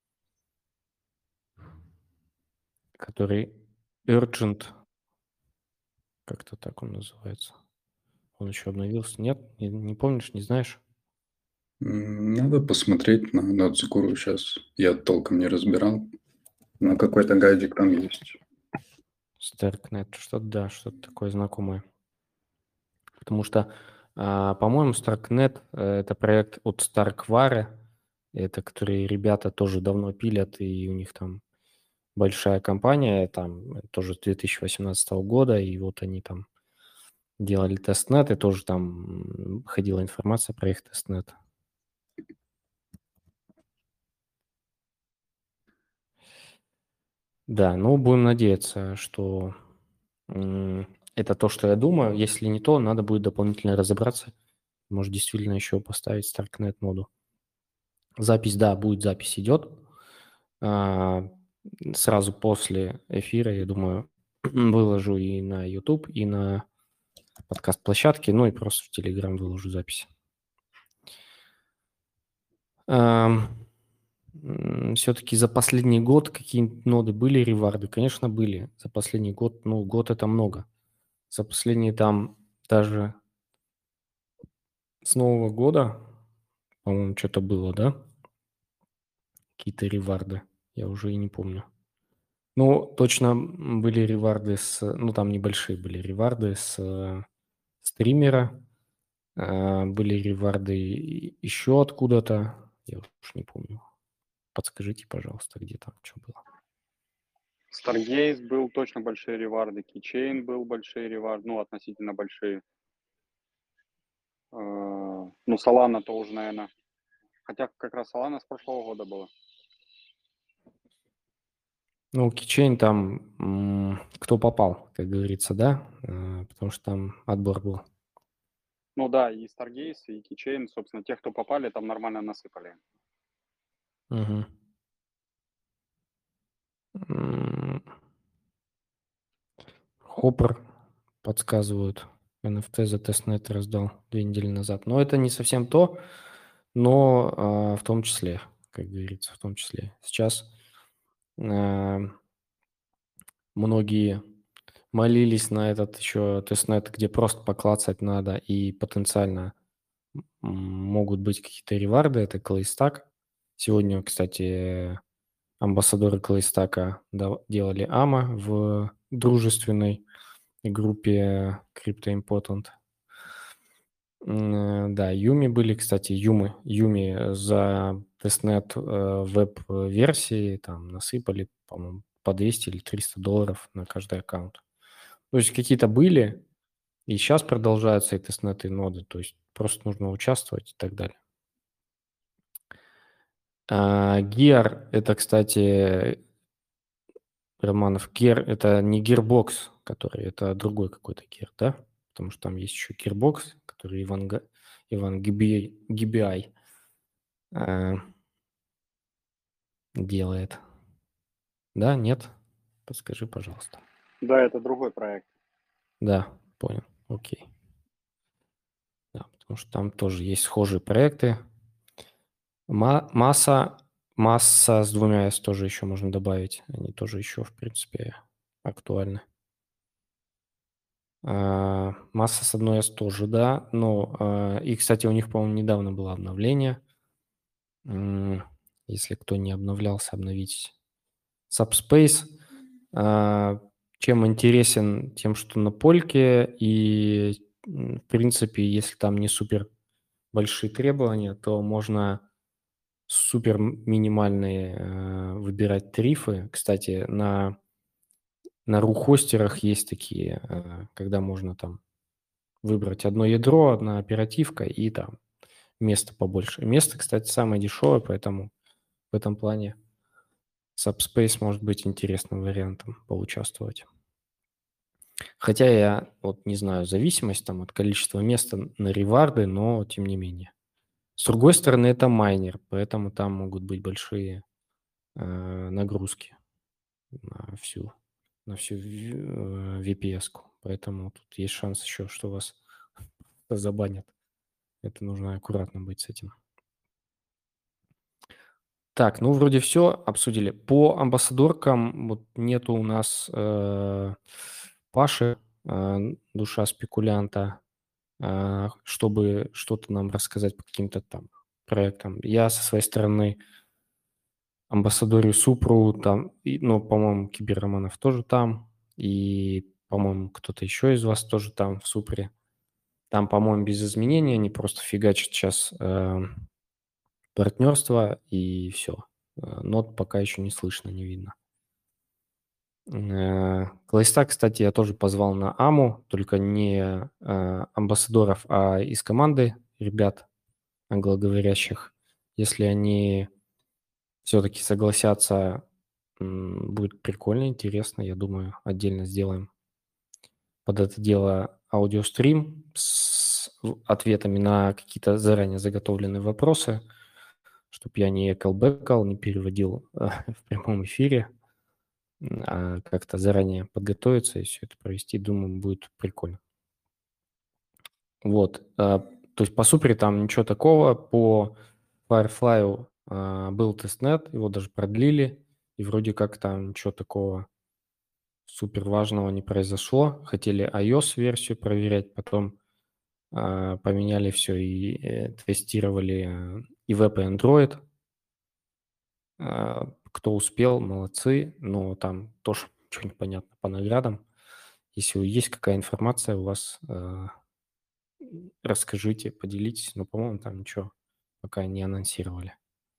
Который Urgent. Как-то так он называется. Он еще обновился? Нет? Не помнишь, не знаешь? Надо посмотреть на Надзукуру сейчас. Я толком не разбирал. Но какой-то гайдик там есть. Starknet, что-то, да, что-то такое знакомое. Потому что, по-моему, Starknet – это проект от Starkware, это которые ребята тоже давно пилят, и у них там большая компания, там тоже с 2018 года, и вот они там делали тестнет, и тоже там ходила информация про их тестнет. Да, ну, будем надеяться, что это то, что я думаю. Если не то, надо будет дополнительно разобраться. Может, действительно еще поставить Starknet моду. Запись, да, будет запись, идет. Сразу после эфира, я думаю, выложу и на YouTube, и на подкаст-площадке, ну и просто в Telegram выложу запись. Все-таки за последний год какие ноды были реварды? Конечно, были. За последний год, ну, год это много. За последние там даже с Нового года, по-моему, что-то было, да? Какие-то реварды. Я уже и не помню. Ну, точно были реварды ну, там небольшие были реварды с стримера. Были реварды еще откуда-то. Я уж не помню. Подскажите, пожалуйста, где там что было. Stargaze был точно большие реварды, Keychain был большие реварды, ну, относительно большие. Ну, Solana тоже, наверное. Хотя как раз Solana с прошлого года было. Ну, Keychain там кто попал, как говорится, да? Потому что там отбор был. Ну да, и Stargaze, и Keychain, собственно, те, кто попали, там нормально насыпали. Угу. Хоппер подсказывают. NFT за тестнет раздал 2 недели назад. Но это не совсем то, но в том числе, как говорится, в том числе. Сейчас многие молились на этот еще тестнет, где просто поклацать надо, и потенциально могут быть какие-то реварды. Это ClayStack. Сегодня, кстати, амбассадоры ClayStack делали АМА в дружественной группе Crypto Important. Да, Юми были, кстати, Юми за тестнет веб-версии там насыпали, по-моему, по 200 или 300 долларов на каждый аккаунт. То есть какие-то были, и сейчас продолжаются и тестнеты, и ноды, то есть просто нужно участвовать и так далее. Gear – это, кстати, Романов, Gear – это не Gearbox, который, это другой какой-то Gear, да? Потому что там есть еще Gearbox, который Иван Гибиай делает. Да, нет? Подскажи, пожалуйста. Да, это другой проект. Да, понял, окей. Да, потому что там тоже есть схожие проекты. Масса с 2 S тоже еще можно добавить. Они тоже еще, в принципе, актуальны. Масса с 1С тоже, да. Но, и, кстати, у них, по-моему, недавно было обновление. Если кто не обновлялся, обновитесь. Subspace. Чем интересен? Тем, что на польке, и, в принципе, если там не супер большие требования, то можно супер минимальные выбирать тарифы. Кстати, на RU-хостерах есть такие, когда можно там выбрать одно ядро, одна оперативка и там место побольше. Место, кстати, самое дешевое, поэтому в этом плане Subspace может быть интересным вариантом поучаствовать. Хотя я вот не знаю, зависимость там от количества места на реварды, но тем не менее. С другой стороны, это майнер, поэтому там могут быть большие нагрузки на всю VPS-ку. Поэтому тут есть шанс еще, что вас забанят. Это нужно аккуратно быть с этим. Так, ну вроде все обсудили. По амбассадоркам вот нету у нас Паши, душа спекулянта, чтобы что-то нам рассказать по каким-то там проектам. Я со своей стороны амбассадорю Супру там, ну, по-моему, Киберроманов тоже там, и, по-моему, кто-то еще из вас тоже там в Супре. Там, по-моему, без изменений, они просто фигачат сейчас партнерство, и все. Нот пока еще не слышно, не видно. Клайста, кстати, я тоже позвал на АМУ, только не амбассадоров, а из команды ребят англоговорящих. Если они все-таки согласятся, будет прикольно, интересно. Я думаю, отдельно сделаем под это дело аудиострим с ответами на какие-то заранее заготовленные вопросы, чтобы я не колбекал, не переводил в прямом эфире, а как-то заранее подготовиться и все это провести, думаю, будет прикольно. Вот. То есть по Супре там ничего такого. По Firefly был тестнет, его даже продлили, и вроде как там ничего такого супер важного не произошло. Хотели iOS-версию проверять, потом поменяли все и тестировали и веб, и Android. Кто успел, молодцы, но там тоже ничего не понятно по наградам. Если есть какая информация у вас, расскажите, поделитесь. Но, по-моему, там ничего пока не анонсировали.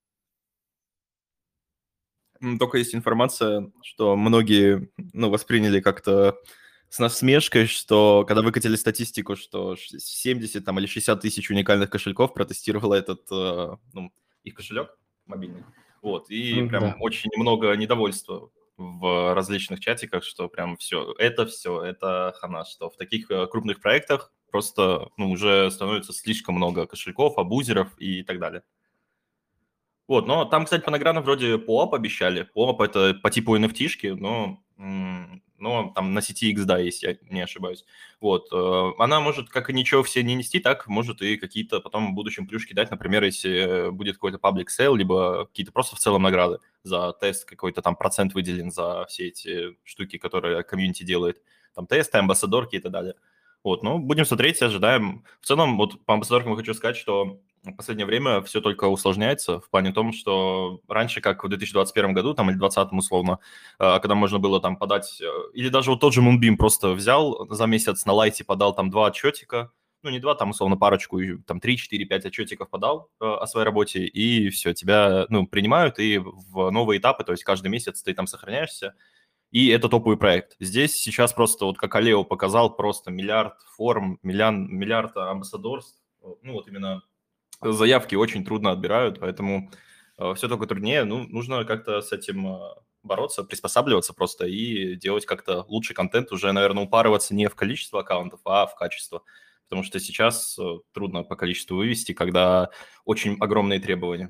Только есть информация, что многие, ну, восприняли как-то с насмешкой, что когда выкатили статистику, что 70 там, или 60 тысяч уникальных кошельков протестировало этот, ну, их кошелек мобильный. Вот, и прям Да. очень много недовольства в различных чатиках, что прям все, это хана, что в таких крупных проектах просто, ну, уже становится слишком много кошельков, абузеров и так далее. Вот, но там, кстати, по наградам вроде POAP обещали. POAP – это по типу NFT-шки, но там на сети X, да, если я не ошибаюсь. Вот, она может как и ничего все не нести, так может и какие-то потом в будущем плюшки дать, например, если будет какой-то public sale, либо какие-то просто в целом награды за тест, какой-то там процент выделен за все эти штуки, которые комьюнити делает. Там тесты, амбассадорки и так далее. Вот, ну, будем смотреть, ожидаем. В целом, вот по амбассадоркам хочу сказать, что в последнее время все только усложняется в плане том, что раньше, как в 2021 году, там, или 2020 условно, когда можно было там подать, или даже вот тот же Moonbeam просто взял за месяц на лайте, подал там 2 отчетика, ну, не 2, там, условно, парочку, там, 3, 4, 5 отчетиков подал о своей работе, и все, тебя, ну, принимают, и в новые этапы, то есть каждый месяц ты там сохраняешься, и это топовый проект. Здесь сейчас просто, вот как Алео показал, просто миллиард форм, миллиард амбассадорств, ну, вот именно заявки очень трудно отбирают, поэтому все только труднее. Ну, нужно как-то с этим бороться, приспосабливаться просто и делать как-то лучший контент, уже, наверное, упарываться не в количество аккаунтов, а в качество. Потому что сейчас трудно по количеству вывести, когда очень огромные требования.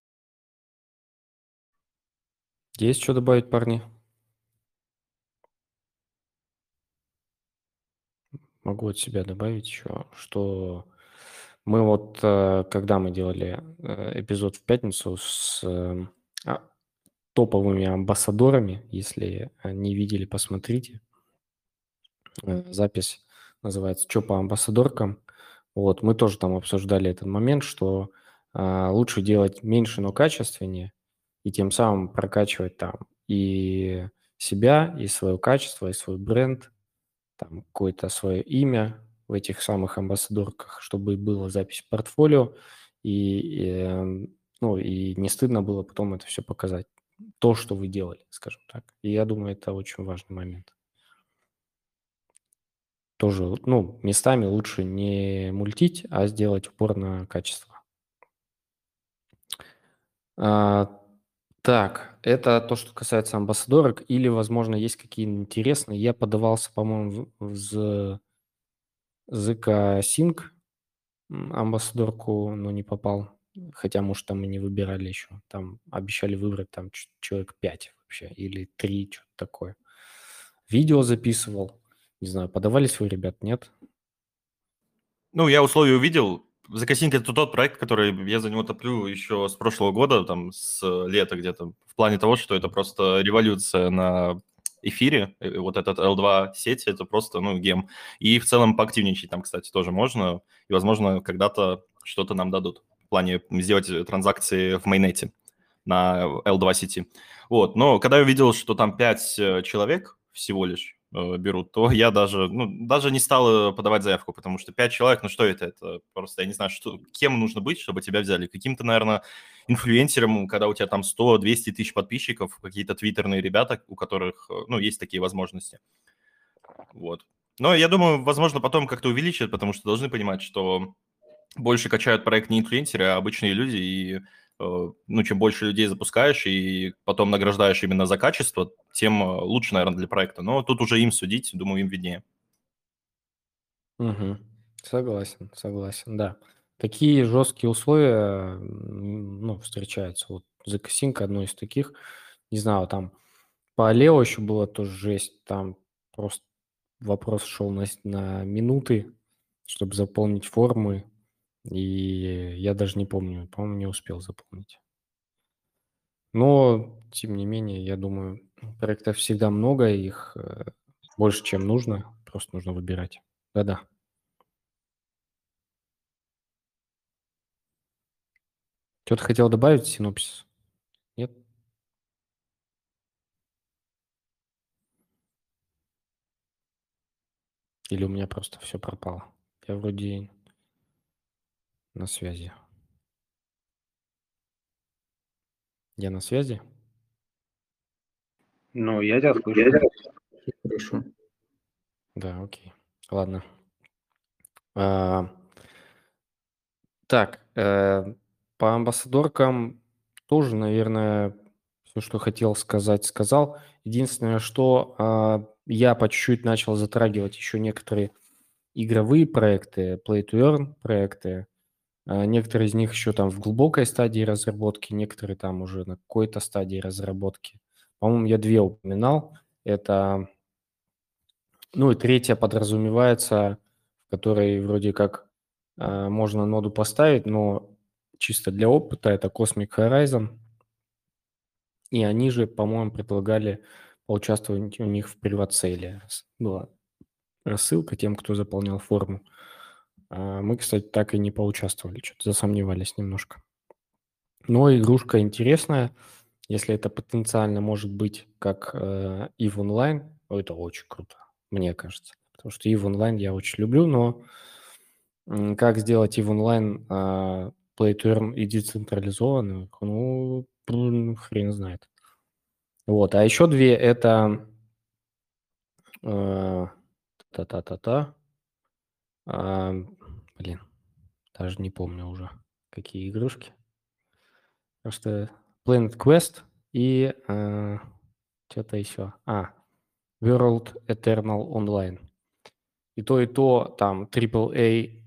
Есть что добавить, парни? Могу от себя добавить еще, что мы вот, когда мы делали эпизод в пятницу с топовыми амбассадорами, если не видели, посмотрите запись. называется «Чё по амбассадоркам?». Вот, мы тоже там обсуждали этот момент, что лучше делать меньше, но качественнее, и тем самым прокачивать там и себя, и свое качество, и свой бренд, там какое-то свое имя в этих самых амбассадорках, чтобы была запись в портфолио, ну, и не стыдно было потом это все показать. То, что вы делали, скажем так. И я думаю, это очень важный момент. Тоже, ну, местами лучше не мультить, а сделать упор на качество. Так, это то, что касается амбассадорок, или, возможно, есть какие-то интересные. Я подавался, по-моему, в ZK Sync амбассадорку, но не попал. Хотя, может, там и не выбирали еще. Там обещали выбрать там человек 5 вообще, или 3, что-то такое. Видео записывал. Не знаю, подавались вы, ребят, нет? Ну, я условия увидел. Закасинг – это тот проект, который я за него топлю еще с прошлого года, там, с лета где-то, в плане того, что это просто революция на эфире. Вот этот L2 сеть – это просто, ну, гем. И в целом поактивничать там, кстати, тоже можно. И, возможно, когда-то что-то нам дадут в плане сделать транзакции в майнете на L2 сети. Вот. Но когда я увидел, что там 5 человек всего лишь берут, то я даже не стал подавать заявку, потому что 5 человек, ну что это? Это просто, я не знаю, кем нужно быть, чтобы тебя взяли. Каким-то, наверное, инфлюенсером, когда у тебя там 100-200 тысяч подписчиков, какие-то твиттерные ребята, у которых, ну, есть такие возможности. Вот. Но я думаю, возможно, потом как-то увеличат, потому что должны понимать, что больше качают проект не инфлюенсеры, а обычные люди, и ну, чем больше людей запускаешь и потом награждаешь именно за качество, тем лучше, наверное, для проекта. Но тут уже им судить, думаю, им виднее. Угу. Согласен, да. Такие жесткие условия, ну, встречаются. Вот ZK Sync одно из таких. Не знаю, там по Алео еще было тоже жесть. Там просто вопрос шел на минуты, чтобы заполнить формы. И я даже не помню, по-моему, не успел заполнить. Но, тем не менее, я думаю, проектов всегда много, их больше, чем нужно. Просто нужно выбирать. Да-да. Что-то хотел добавить, синопсис? Нет? Или у меня просто все пропало? Я вроде на связи. Я на связи? Ну, я тебя слышу. Хорошо. Да, окей. Ладно. Так, по амбассадоркам тоже, наверное, все, что хотел сказать, сказал. Единственное, что я по чуть-чуть начал затрагивать еще некоторые игровые проекты, play-to-earn проекты. Некоторые из них еще там в глубокой стадии разработки, некоторые там уже на какой-то стадии разработки. По-моему, я 2 упоминал. Это, ну и третья подразумевается, в которой вроде как можно ноду поставить, но чисто для опыта это Cosmic Horizon. И они же, по-моему, предлагали поучаствовать у них в приват-сейле. Была рассылка тем, кто заполнял форму. Мы, кстати, так и не поучаствовали, что-то засомневались немножко. Но игрушка интересная. Если это потенциально может быть как EVE Online, это очень круто, мне кажется. Потому что EVE Online я очень люблю, но как сделать EVE Online play-to-earn и децентрализованную, ну, хрен знает. Вот, а еще 2 это блин, даже не помню уже, какие игрушки. Просто Planet Quest и что-то еще. World Eternal Online. И то там AAA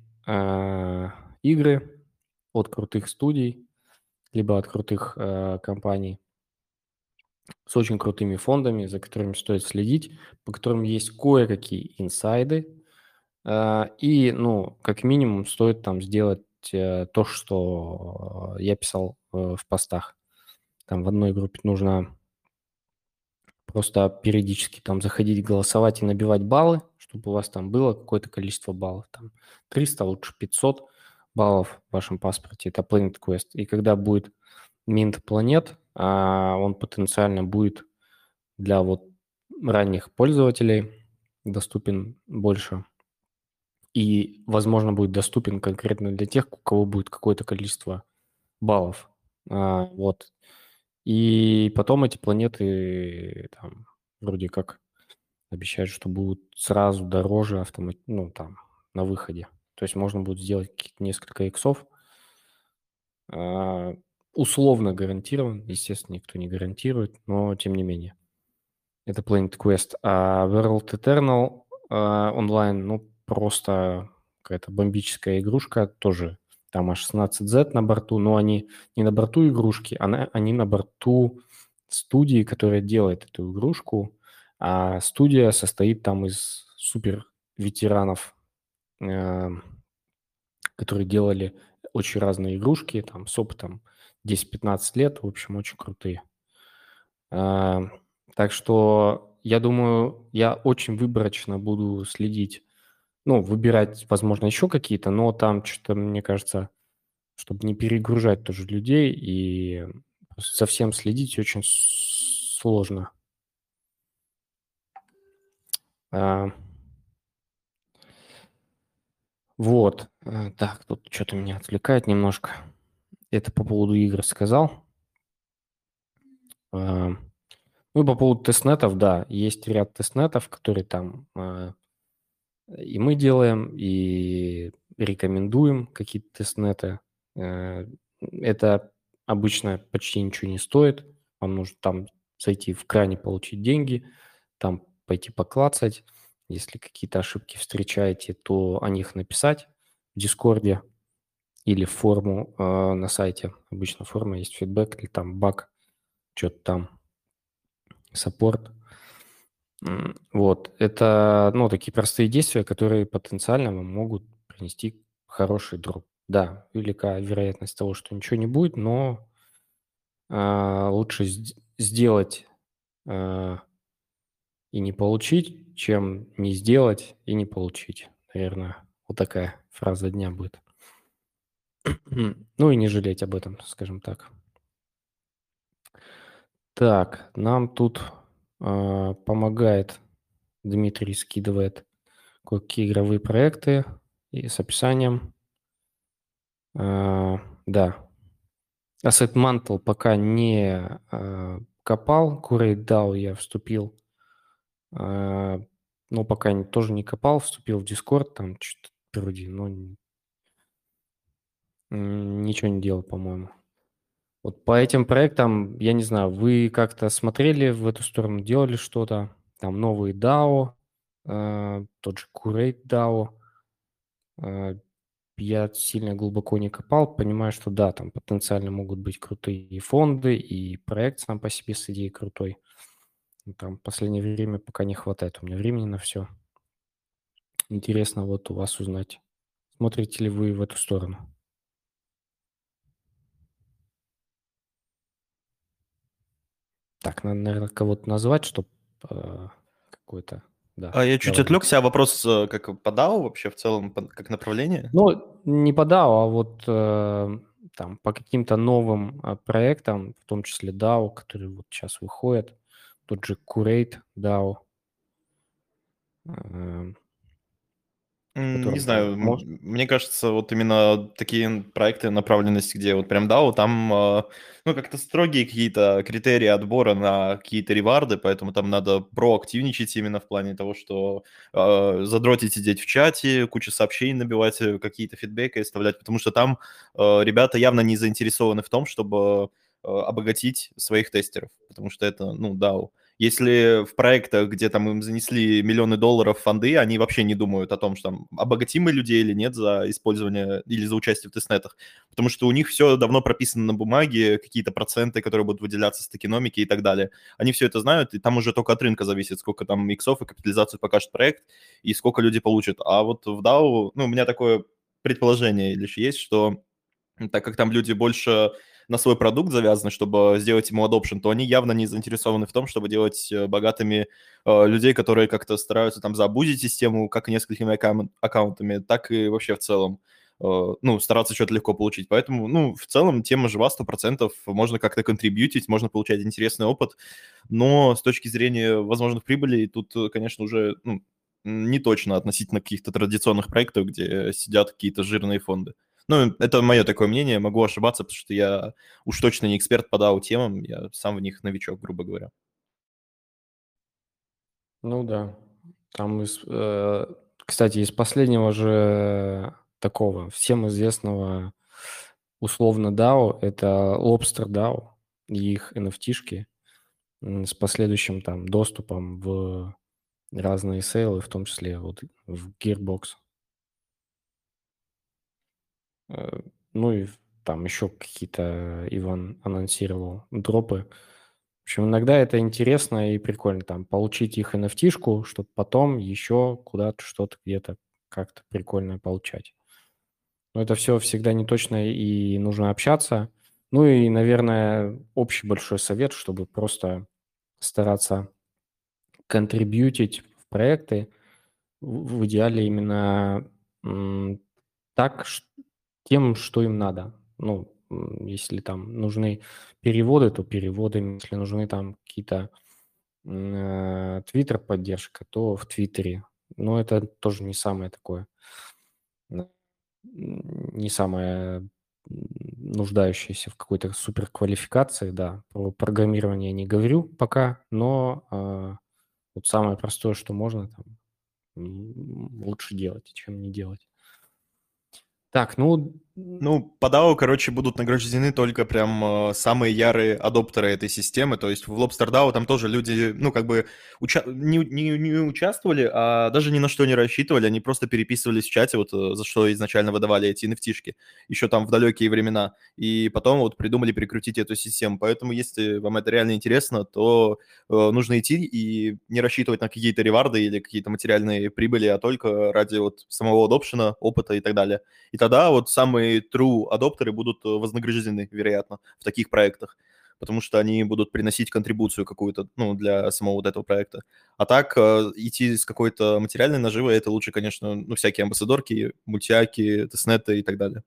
игры от крутых студий, либо от крутых компаний с очень крутыми фондами, за которыми стоит следить, по которым есть кое-какие инсайды. И, ну, как минимум, стоит там сделать то, что я писал в постах. Там в одной группе нужно просто периодически там заходить, голосовать и набивать баллы, чтобы у вас там было какое-то количество баллов, там 300, лучше 500 баллов в вашем паспорте, это Planet Quest. И когда будет минт планет, он потенциально будет для вот ранних пользователей доступен больше. И, возможно, будет доступен конкретно для тех, у кого будет какое-то количество баллов. Вот. И потом эти планеты там вроде как обещают, что будут сразу дороже ну, там, на выходе. То есть можно будет сделать несколько иксов. Условно гарантирован, естественно, никто не гарантирует, но тем не менее. Это Planet Quest. А World Eternal онлайн, ну, просто какая-то бомбическая игрушка, тоже там А16Z на борту, но они не на борту игрушки, они на борту студии, которая делает эту игрушку, а студия состоит там из супер ветеранов, которые делали очень разные игрушки, там с опытом 10-15 лет, в общем, очень крутые. Так что я думаю, я очень выборочно буду следить, ну, выбирать, возможно, еще какие-то, но там что-то, мне кажется, чтобы не перегружать тоже людей и просто совсем следить очень сложно. Вот. Так, тут что-то меня отвлекает немножко. Это по поводу игр сказал. Ну, и по поводу тестнетов, да, есть ряд тестнетов, которые там и мы делаем, и рекомендуем какие-то тестнеты. Это обычно почти ничего не стоит. Вам нужно там зайти в кране, получить деньги, там пойти поклацать. Если какие-то ошибки встречаете, то о них написать в Дискорде или в форму на сайте. Обычно форма есть фидбэк или там баг, что-то там, саппорт. Вот, это, ну, такие простые действия, которые потенциально вам могут принести хороший дроп. Да, велика вероятность того, что ничего не будет, но лучше сделать и не получить, чем не сделать и не получить. Наверное, вот такая фраза дня будет. Ну и не жалеть об этом, скажем так. Так, нам тут помогает Дмитрий, скидывает кое-какие игровые проекты и с описанием. Да. Asset Mantle пока не копал. Curate DAO я вступил. Но пока тоже не копал. Вступил в Discord. Там что-то вроде, но ничего не делал, по-моему. Вот по этим проектам, я не знаю, вы как-то смотрели в эту сторону, делали что-то? Там новые DAO, тот же Curate DAO. Я сильно глубоко не копал, понимаю, что да, там потенциально могут быть крутые и фонды, и проект сам по себе с идеей крутой. Но там в последнее время пока не хватает у меня времени на все. Интересно вот у вас узнать, смотрите ли вы в эту сторону. Так, надо, наверное, кого-то назвать, чтобы какой-то... Да, Я чуть давай. отвлекся, а вопрос как по DAO вообще в целом, как направление? Ну, не по DAO, а вот там по каким-то новым проектам, в том числе DAO, которые вот сейчас выходят, тот же Curate DAO, Не который знаю, там может... мне кажется, вот именно такие проекты направленности, где вот прям DAO, там, ну, как-то строгие какие-то критерии отбора на какие-то реварды, поэтому там надо проактивничать именно в плане того, что задротить, сидеть в чате, кучу сообщений набивать, какие-то фидбэки оставлять, потому что там ребята явно не заинтересованы в том, чтобы обогатить своих тестеров, потому что это, ну, DAO. Если в проектах, где там им занесли миллионы долларов фонды, они вообще не думают о том, что там обогатим мы людей или нет за использование или за участие в тестнетах, потому что у них все давно прописано на бумаге, какие-то проценты, которые будут выделяться с токеномики и так далее. Они все это знают, и там уже только от рынка зависит, сколько там иксов и капитализацию покажет проект, и сколько люди получат. А вот в DAO, ну, у меня такое предположение лишь есть, что так как там люди больше на свой продукт завязаны, чтобы сделать ему adoption, то они явно не заинтересованы в том, чтобы делать богатыми людей, которые как-то стараются там заабузить систему как несколькими аккаунтами, так и вообще в целом ну, стараться что-то легко получить. Поэтому, ну, в целом тема жива 100%, можно как-то контрибьютить, можно получать интересный опыт, но с точки зрения возможных прибылей тут, конечно, уже ну, не точно относительно каких-то традиционных проектов, где сидят какие-то жирные фонды. Ну, это мое такое мнение, могу ошибаться, потому что я уж точно не эксперт по DAO-темам, я сам в них новичок, грубо говоря. Ну да. Там, кстати, из последнего же такого всем известного условно DAO, это Lobster DAO и их NFT-шки с последующим там доступом в разные сейлы, в том числе вот в Gearbox. Ну и там еще какие-то Иван анонсировал дропы. В общем, иногда это интересно и прикольно, там, получить их NFT-шку, чтобы потом еще куда-то что-то где-то как-то прикольное получать. Но это все всегда не точно и нужно общаться. Ну и, наверное, общий большой совет, чтобы просто стараться контрибьютить в проекты, в идеале именно так, тем, что им надо. Ну, если там нужны переводы, то переводы. Если нужны там какие-то Твиттер поддержка, то в Твиттере. Но это тоже не самое такое, не самое нуждающееся в какой-то суперквалификации, да. Про программирование не говорю пока, но вот самое простое, что можно, там, лучше делать, чем не делать. Так, ну... Ну, по DAO, короче, будут награждены только прям самые ярые адоптеры этой системы. То есть в Lobster DAO там тоже люди, ну, как бы не участвовали, а даже ни на что не рассчитывали. Они просто переписывались в чате, вот за что изначально выдавали эти NFT-шки, еще там в далекие времена. И потом вот придумали перекрутить эту систему. Поэтому, если вам это реально интересно, то нужно идти и не рассчитывать на какие-то реварды или какие-то материальные прибыли, а только ради вот самого адопшена, опыта и так далее. И тогда вот самые true адоптеры будут вознаграждены, вероятно, в таких проектах, потому что они будут приносить контрибуцию какую-то, ну, для самого вот этого проекта. А так идти с какой-то материальной наживой, это лучше, конечно, ну, всякие амбассадорки, мультяки, тестнеты и так далее.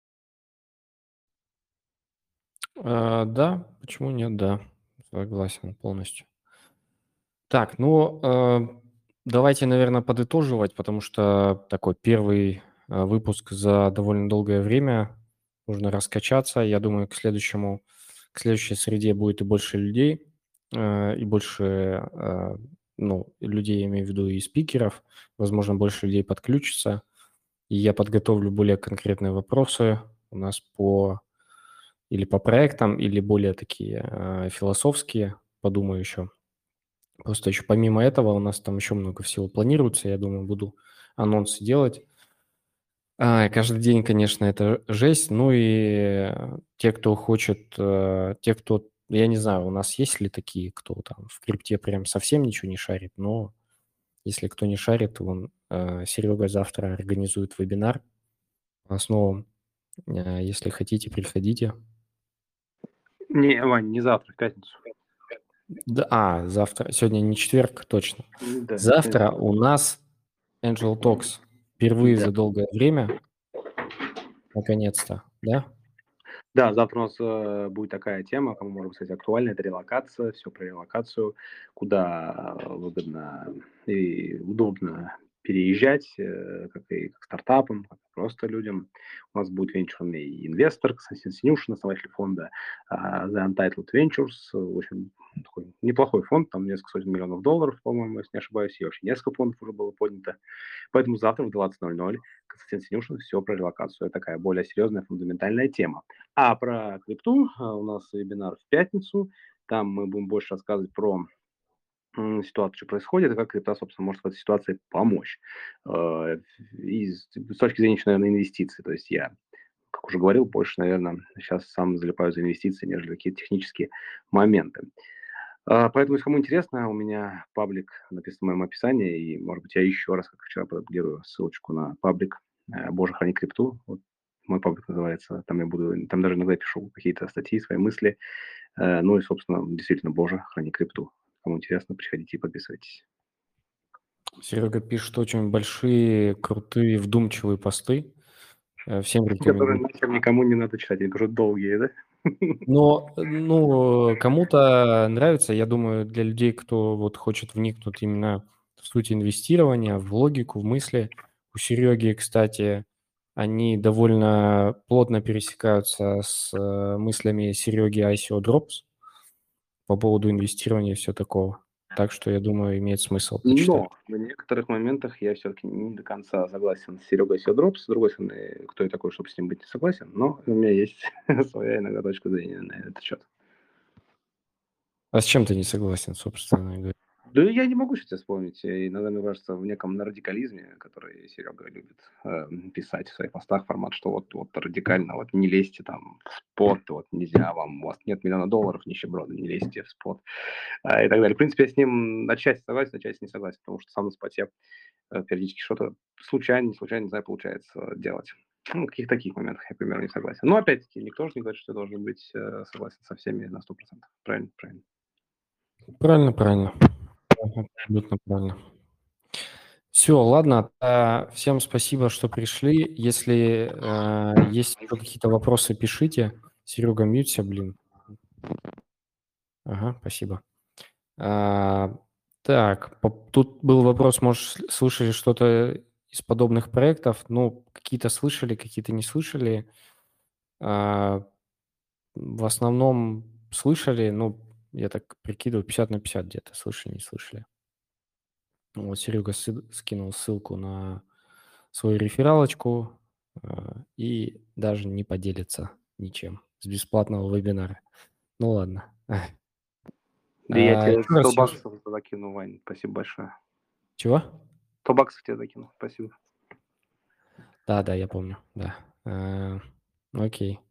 Да, почему нет, да, согласен полностью. Так, ну, давайте, наверное, подытоживать, потому что такой первый выпуск за довольно долгое время. Нужно раскачаться. Я думаю, к следующей среде будет и больше людей, и больше, ну, людей, я имею в виду, и спикеров. Возможно, больше людей подключится. И я подготовлю более конкретные вопросы у нас или по проектам, или более такие философские. Подумаю еще. Просто еще помимо этого у нас там еще много всего планируется. Я думаю, буду анонсы делать. Каждый день, конечно, это жесть. Ну и те, кто хочет, я не знаю, у нас есть ли такие, кто там в крипте прям совсем ничего не шарит, но если кто не шарит, Серега завтра организует вебинар по основам. Если хотите, приходите. Не, Вань, не завтра, в пятницу. Да, завтра. Сегодня не четверг, точно. Да, Завтра у нас Angel Talks. Впервые Да. за долгое время. Наконец-то, да? Да, завтра у нас будет такая тема, кому может быть актуальна, это релокация, все про релокацию, куда выгодно и удобно переезжать, как стартапам, как и просто людям. У нас будет венчурный инвестор, Константин Синюшин, основатель фонда The Untitled Ventures. В общем, такой неплохой фонд, там несколько сотен миллионов долларов, по-моему, если не ошибаюсь, и вообще несколько фондов уже было поднято. Поэтому завтра в 20:00 Константин Синюшин, все про релокацию. Это такая более серьезная, фундаментальная тема. А про крипту у нас вебинар в пятницу. Там мы будем больше рассказывать про ситуацию, что происходит, и как крипта, собственно, может в этой ситуации помочь. И с точки зрения, наверное, инвестиций. То есть я, как уже говорил, больше, наверное, сейчас сам залипаю за инвестиции, нежели какие-то технические моменты. Поэтому, если кому интересно, у меня паблик написан в моем описании, и, может быть, я еще раз, как вчера, продублирую ссылочку на паблик «Боже, храни крипту». Вот мой паблик называется. Там даже иногда пишу какие-то статьи, свои мысли. Ну и, собственно, действительно, Боже, храни крипту. Кому интересно, приходите и подписывайтесь. Серега пишет очень большие, крутые, вдумчивые посты. Всем Которые рекомендую. нахер никому не надо читать, они просто долгие, да? Но, кому-то нравится, я думаю, для людей, кто вот хочет вникнуть именно в суть инвестирования, в логику, в мысли. У Сереги, кстати, они довольно плотно пересекаются с мыслями Сереги ICO Drops по поводу инвестирования и все такого. Так что, я думаю, имеет смысл почитать. Но в некоторых моментах я все-таки не до конца согласен с Серегой Сидропс. С другой стороны, кто я такой, чтобы с ним быть не согласен, но у меня есть своя иногда точка зрения на этот счет. А с чем ты не согласен, собственно говоря? Да я не могу сейчас вспомнить. Иногда, мне кажется, в неком радикализме, который Серега любит писать в своих постах, формат, что вот радикально, вот не лезьте там в спорт, вот нельзя вам, у вас нет $1 миллиона, нищеброды, не лезьте в спорт, и так далее. В принципе, я с ним на часть согласен, на часть не согласен, потому что сам на споте периодически что-то случайно, не знаю, получается делать. Ну, в каких-то таких моментах я примерно не согласен. Но, опять-таки, никто же не говорит, что я должен быть согласен со всеми на 100%. Правильно, правильно. Правильно. Абсолютно правильно. Все, ладно. Всем спасибо, что пришли. Если есть еще какие-то вопросы, пишите. Серега, мьються, блин. Ага, спасибо. Так, тут был вопрос, может, слышали что-то из подобных проектов? Ну, какие-то слышали, какие-то не слышали. В основном слышали, ну, я так прикидываю, 50/50 где-то. Слышали, не слышали. Вот Серега скинул ссылку на свою рефералочку и даже не поделится ничем с бесплатного вебинара. Ну ладно. Да я тебе Еще раз 100 баксов закину, Вань. Спасибо большое. Чего? 100 баксов тебе закину. Спасибо. Да, я помню, да. Окей.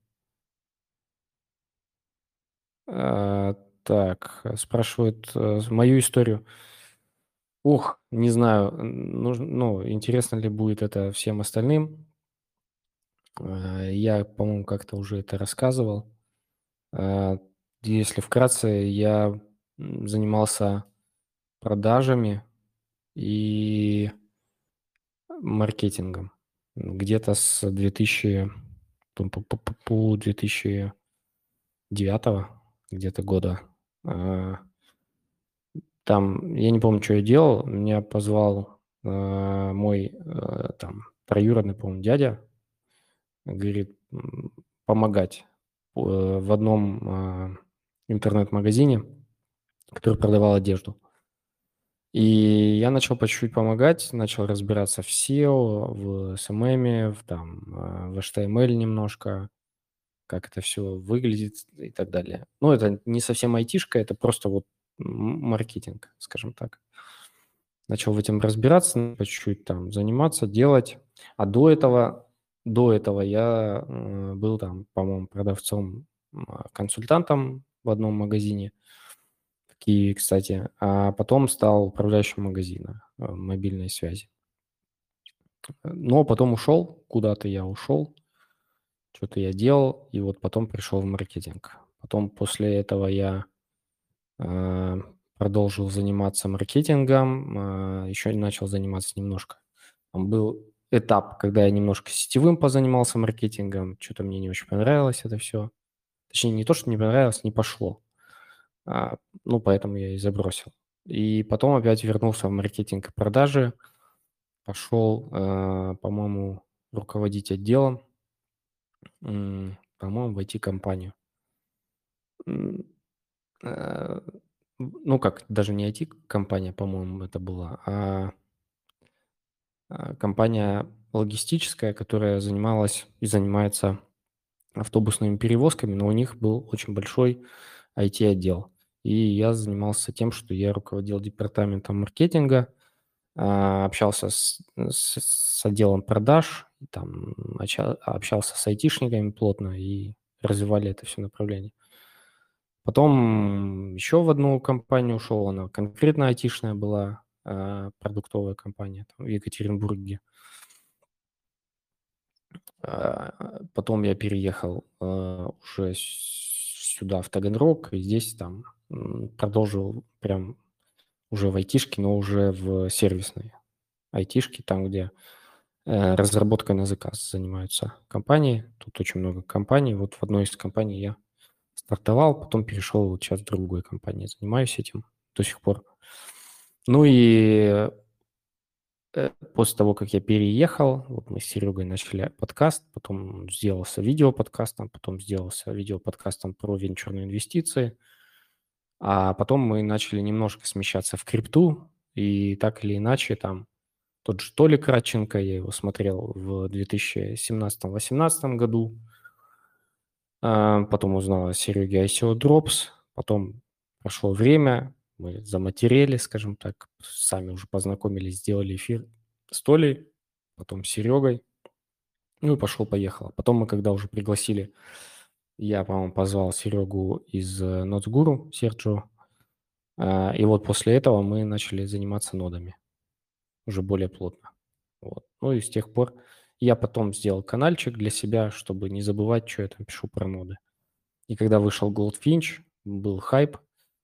Так, спрашивают мою историю. Ух, не знаю, интересно ли будет это всем остальным. Я, по-моему, как-то уже это рассказывал. Если вкратце, я занимался продажами и маркетингом где-то с 2009 где-то года. Там, я не помню, что я делал, меня позвал мой там троюродный, по-моему, дядя, говорит, помогать в одном интернет-магазине, который продавал одежду. И я начал по чуть-чуть помогать, начал разбираться в SEO, в SMM, в HTML немножко, как это все выглядит и так далее. Ну, это не совсем айтишка, это просто вот маркетинг, скажем так. Начал в этом разбираться, по чуть-чуть там заниматься, делать. А до этого я был там, по-моему, продавцом, консультантом в одном магазине в Киеве, кстати, а потом стал управляющим магазина мобильной связи. Но потом ушел, куда-то я ушел, что-то я делал, и вот потом пришел в маркетинг. Потом после этого я продолжил заниматься маркетингом, еще начал заниматься немножко. Там был этап, когда я немножко сетевым позанимался маркетингом, что-то мне не очень понравилось это все. Точнее, не то, что не понравилось, не пошло. Поэтому я и забросил. И потом опять вернулся в маркетинг и продажи, пошел, по-моему, руководить отделом, по-моему, в IT-компанию. Даже не IT-компания, по-моему, это была, а компания логистическая, которая занималась и занимается автобусными перевозками, но у них был очень большой IT-отдел. И я занимался тем, что я руководил департаментом маркетинга, общался с отделом продаж, там, общался с айтишниками плотно и развивали это все направление. Потом еще в одну компанию ушел, она конкретно айтишная была, продуктовая компания там, в Екатеринбурге. Потом я переехал уже сюда, в Таганрог, и здесь там продолжил прям уже в айтишке, но уже в сервисной айтишке, там, где разработкой на заказ занимаются компании. Тут очень много компаний. Вот в одной из компаний я стартовал, потом перешел вот сейчас в другой компании, занимаюсь этим до сих пор. Ну и после того, как я переехал, вот мы с Серегой начали подкаст, потом сделался видеоподкастом, потом сделался видеоподкастом про венчурные инвестиции, а потом мы начали немножко смещаться в крипту, и так или иначе там тот же Толик Радченко, я его смотрел в 2017-2018 году, потом узнал о Сереге ICO Drops, потом прошло время, мы заматерели, скажем так, сами уже познакомились, сделали эфир с Толей, потом с Серегой, ну и пошло-поехало. Потом мы, когда уже пригласили, я, по-моему, позвал Серегу из Нотсгуру, Серджио, и вот после этого мы начали заниматься нодами уже более плотно. Вот. Ну и с тех пор я потом сделал канальчик для себя, чтобы не забывать, что я там пишу про ноды. И когда вышел Goldfinch, был хайп,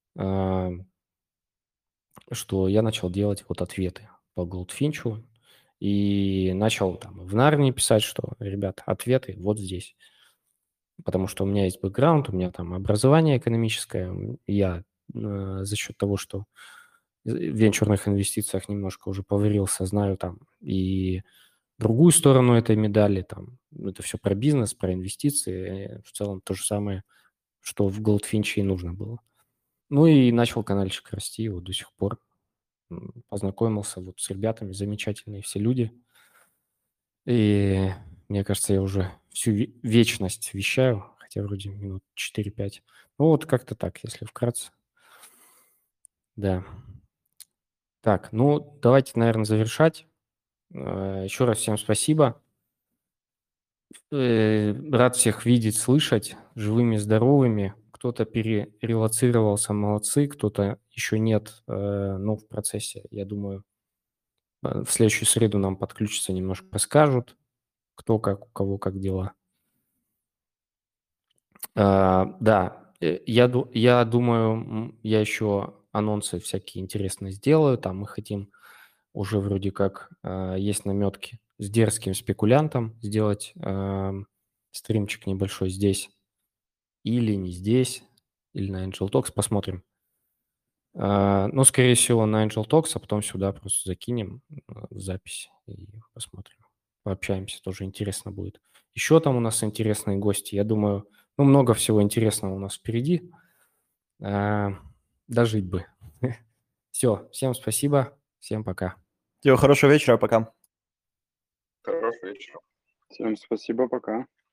что я начал делать вот ответы по Goldfinch, и начал там в Нарнии писать, что, ребята, ответы вот здесь. Потому что у меня есть бэкграунд, у меня там образование экономическое, я за счет того, что в венчурных инвестициях немножко уже поварился, знаю там и другую сторону этой медали, там это все про бизнес, про инвестиции, в целом то же самое, что в Goldfinch и нужно было. Ну и начал канальчик расти, вот до сих пор познакомился вот с ребятами, замечательные все люди. И мне кажется, я уже всю вечность вещаю, хотя вроде минут 4-5. Ну вот как-то так, если вкратце. Да. Так, ну давайте, наверное, завершать. Еще раз всем спасибо. Рад всех видеть, слышать, живыми, здоровыми. Кто-то перерелоцировался, молодцы, кто-то еще нет, но в процессе. Я думаю, в следующую среду нам подключатся, немножко расскажут, кто как, у кого как дела. Да, я думаю, я еще анонсы всякие интересные сделаю. Там мы хотим уже вроде как есть наметки с дерзким спекулянтом сделать стримчик небольшой здесь или не здесь, или на Angel Talks, посмотрим. Ну, скорее всего, на Angel Talks, а потом сюда просто закинем запись и посмотрим. Пообщаемся, тоже интересно будет. Еще там у нас интересные гости. Я думаю, ну, много всего интересного у нас впереди. Дожить бы. Все, всем спасибо, всем пока. Всего хорошего вечера, пока. Хорошего вечера. Всем спасибо, пока.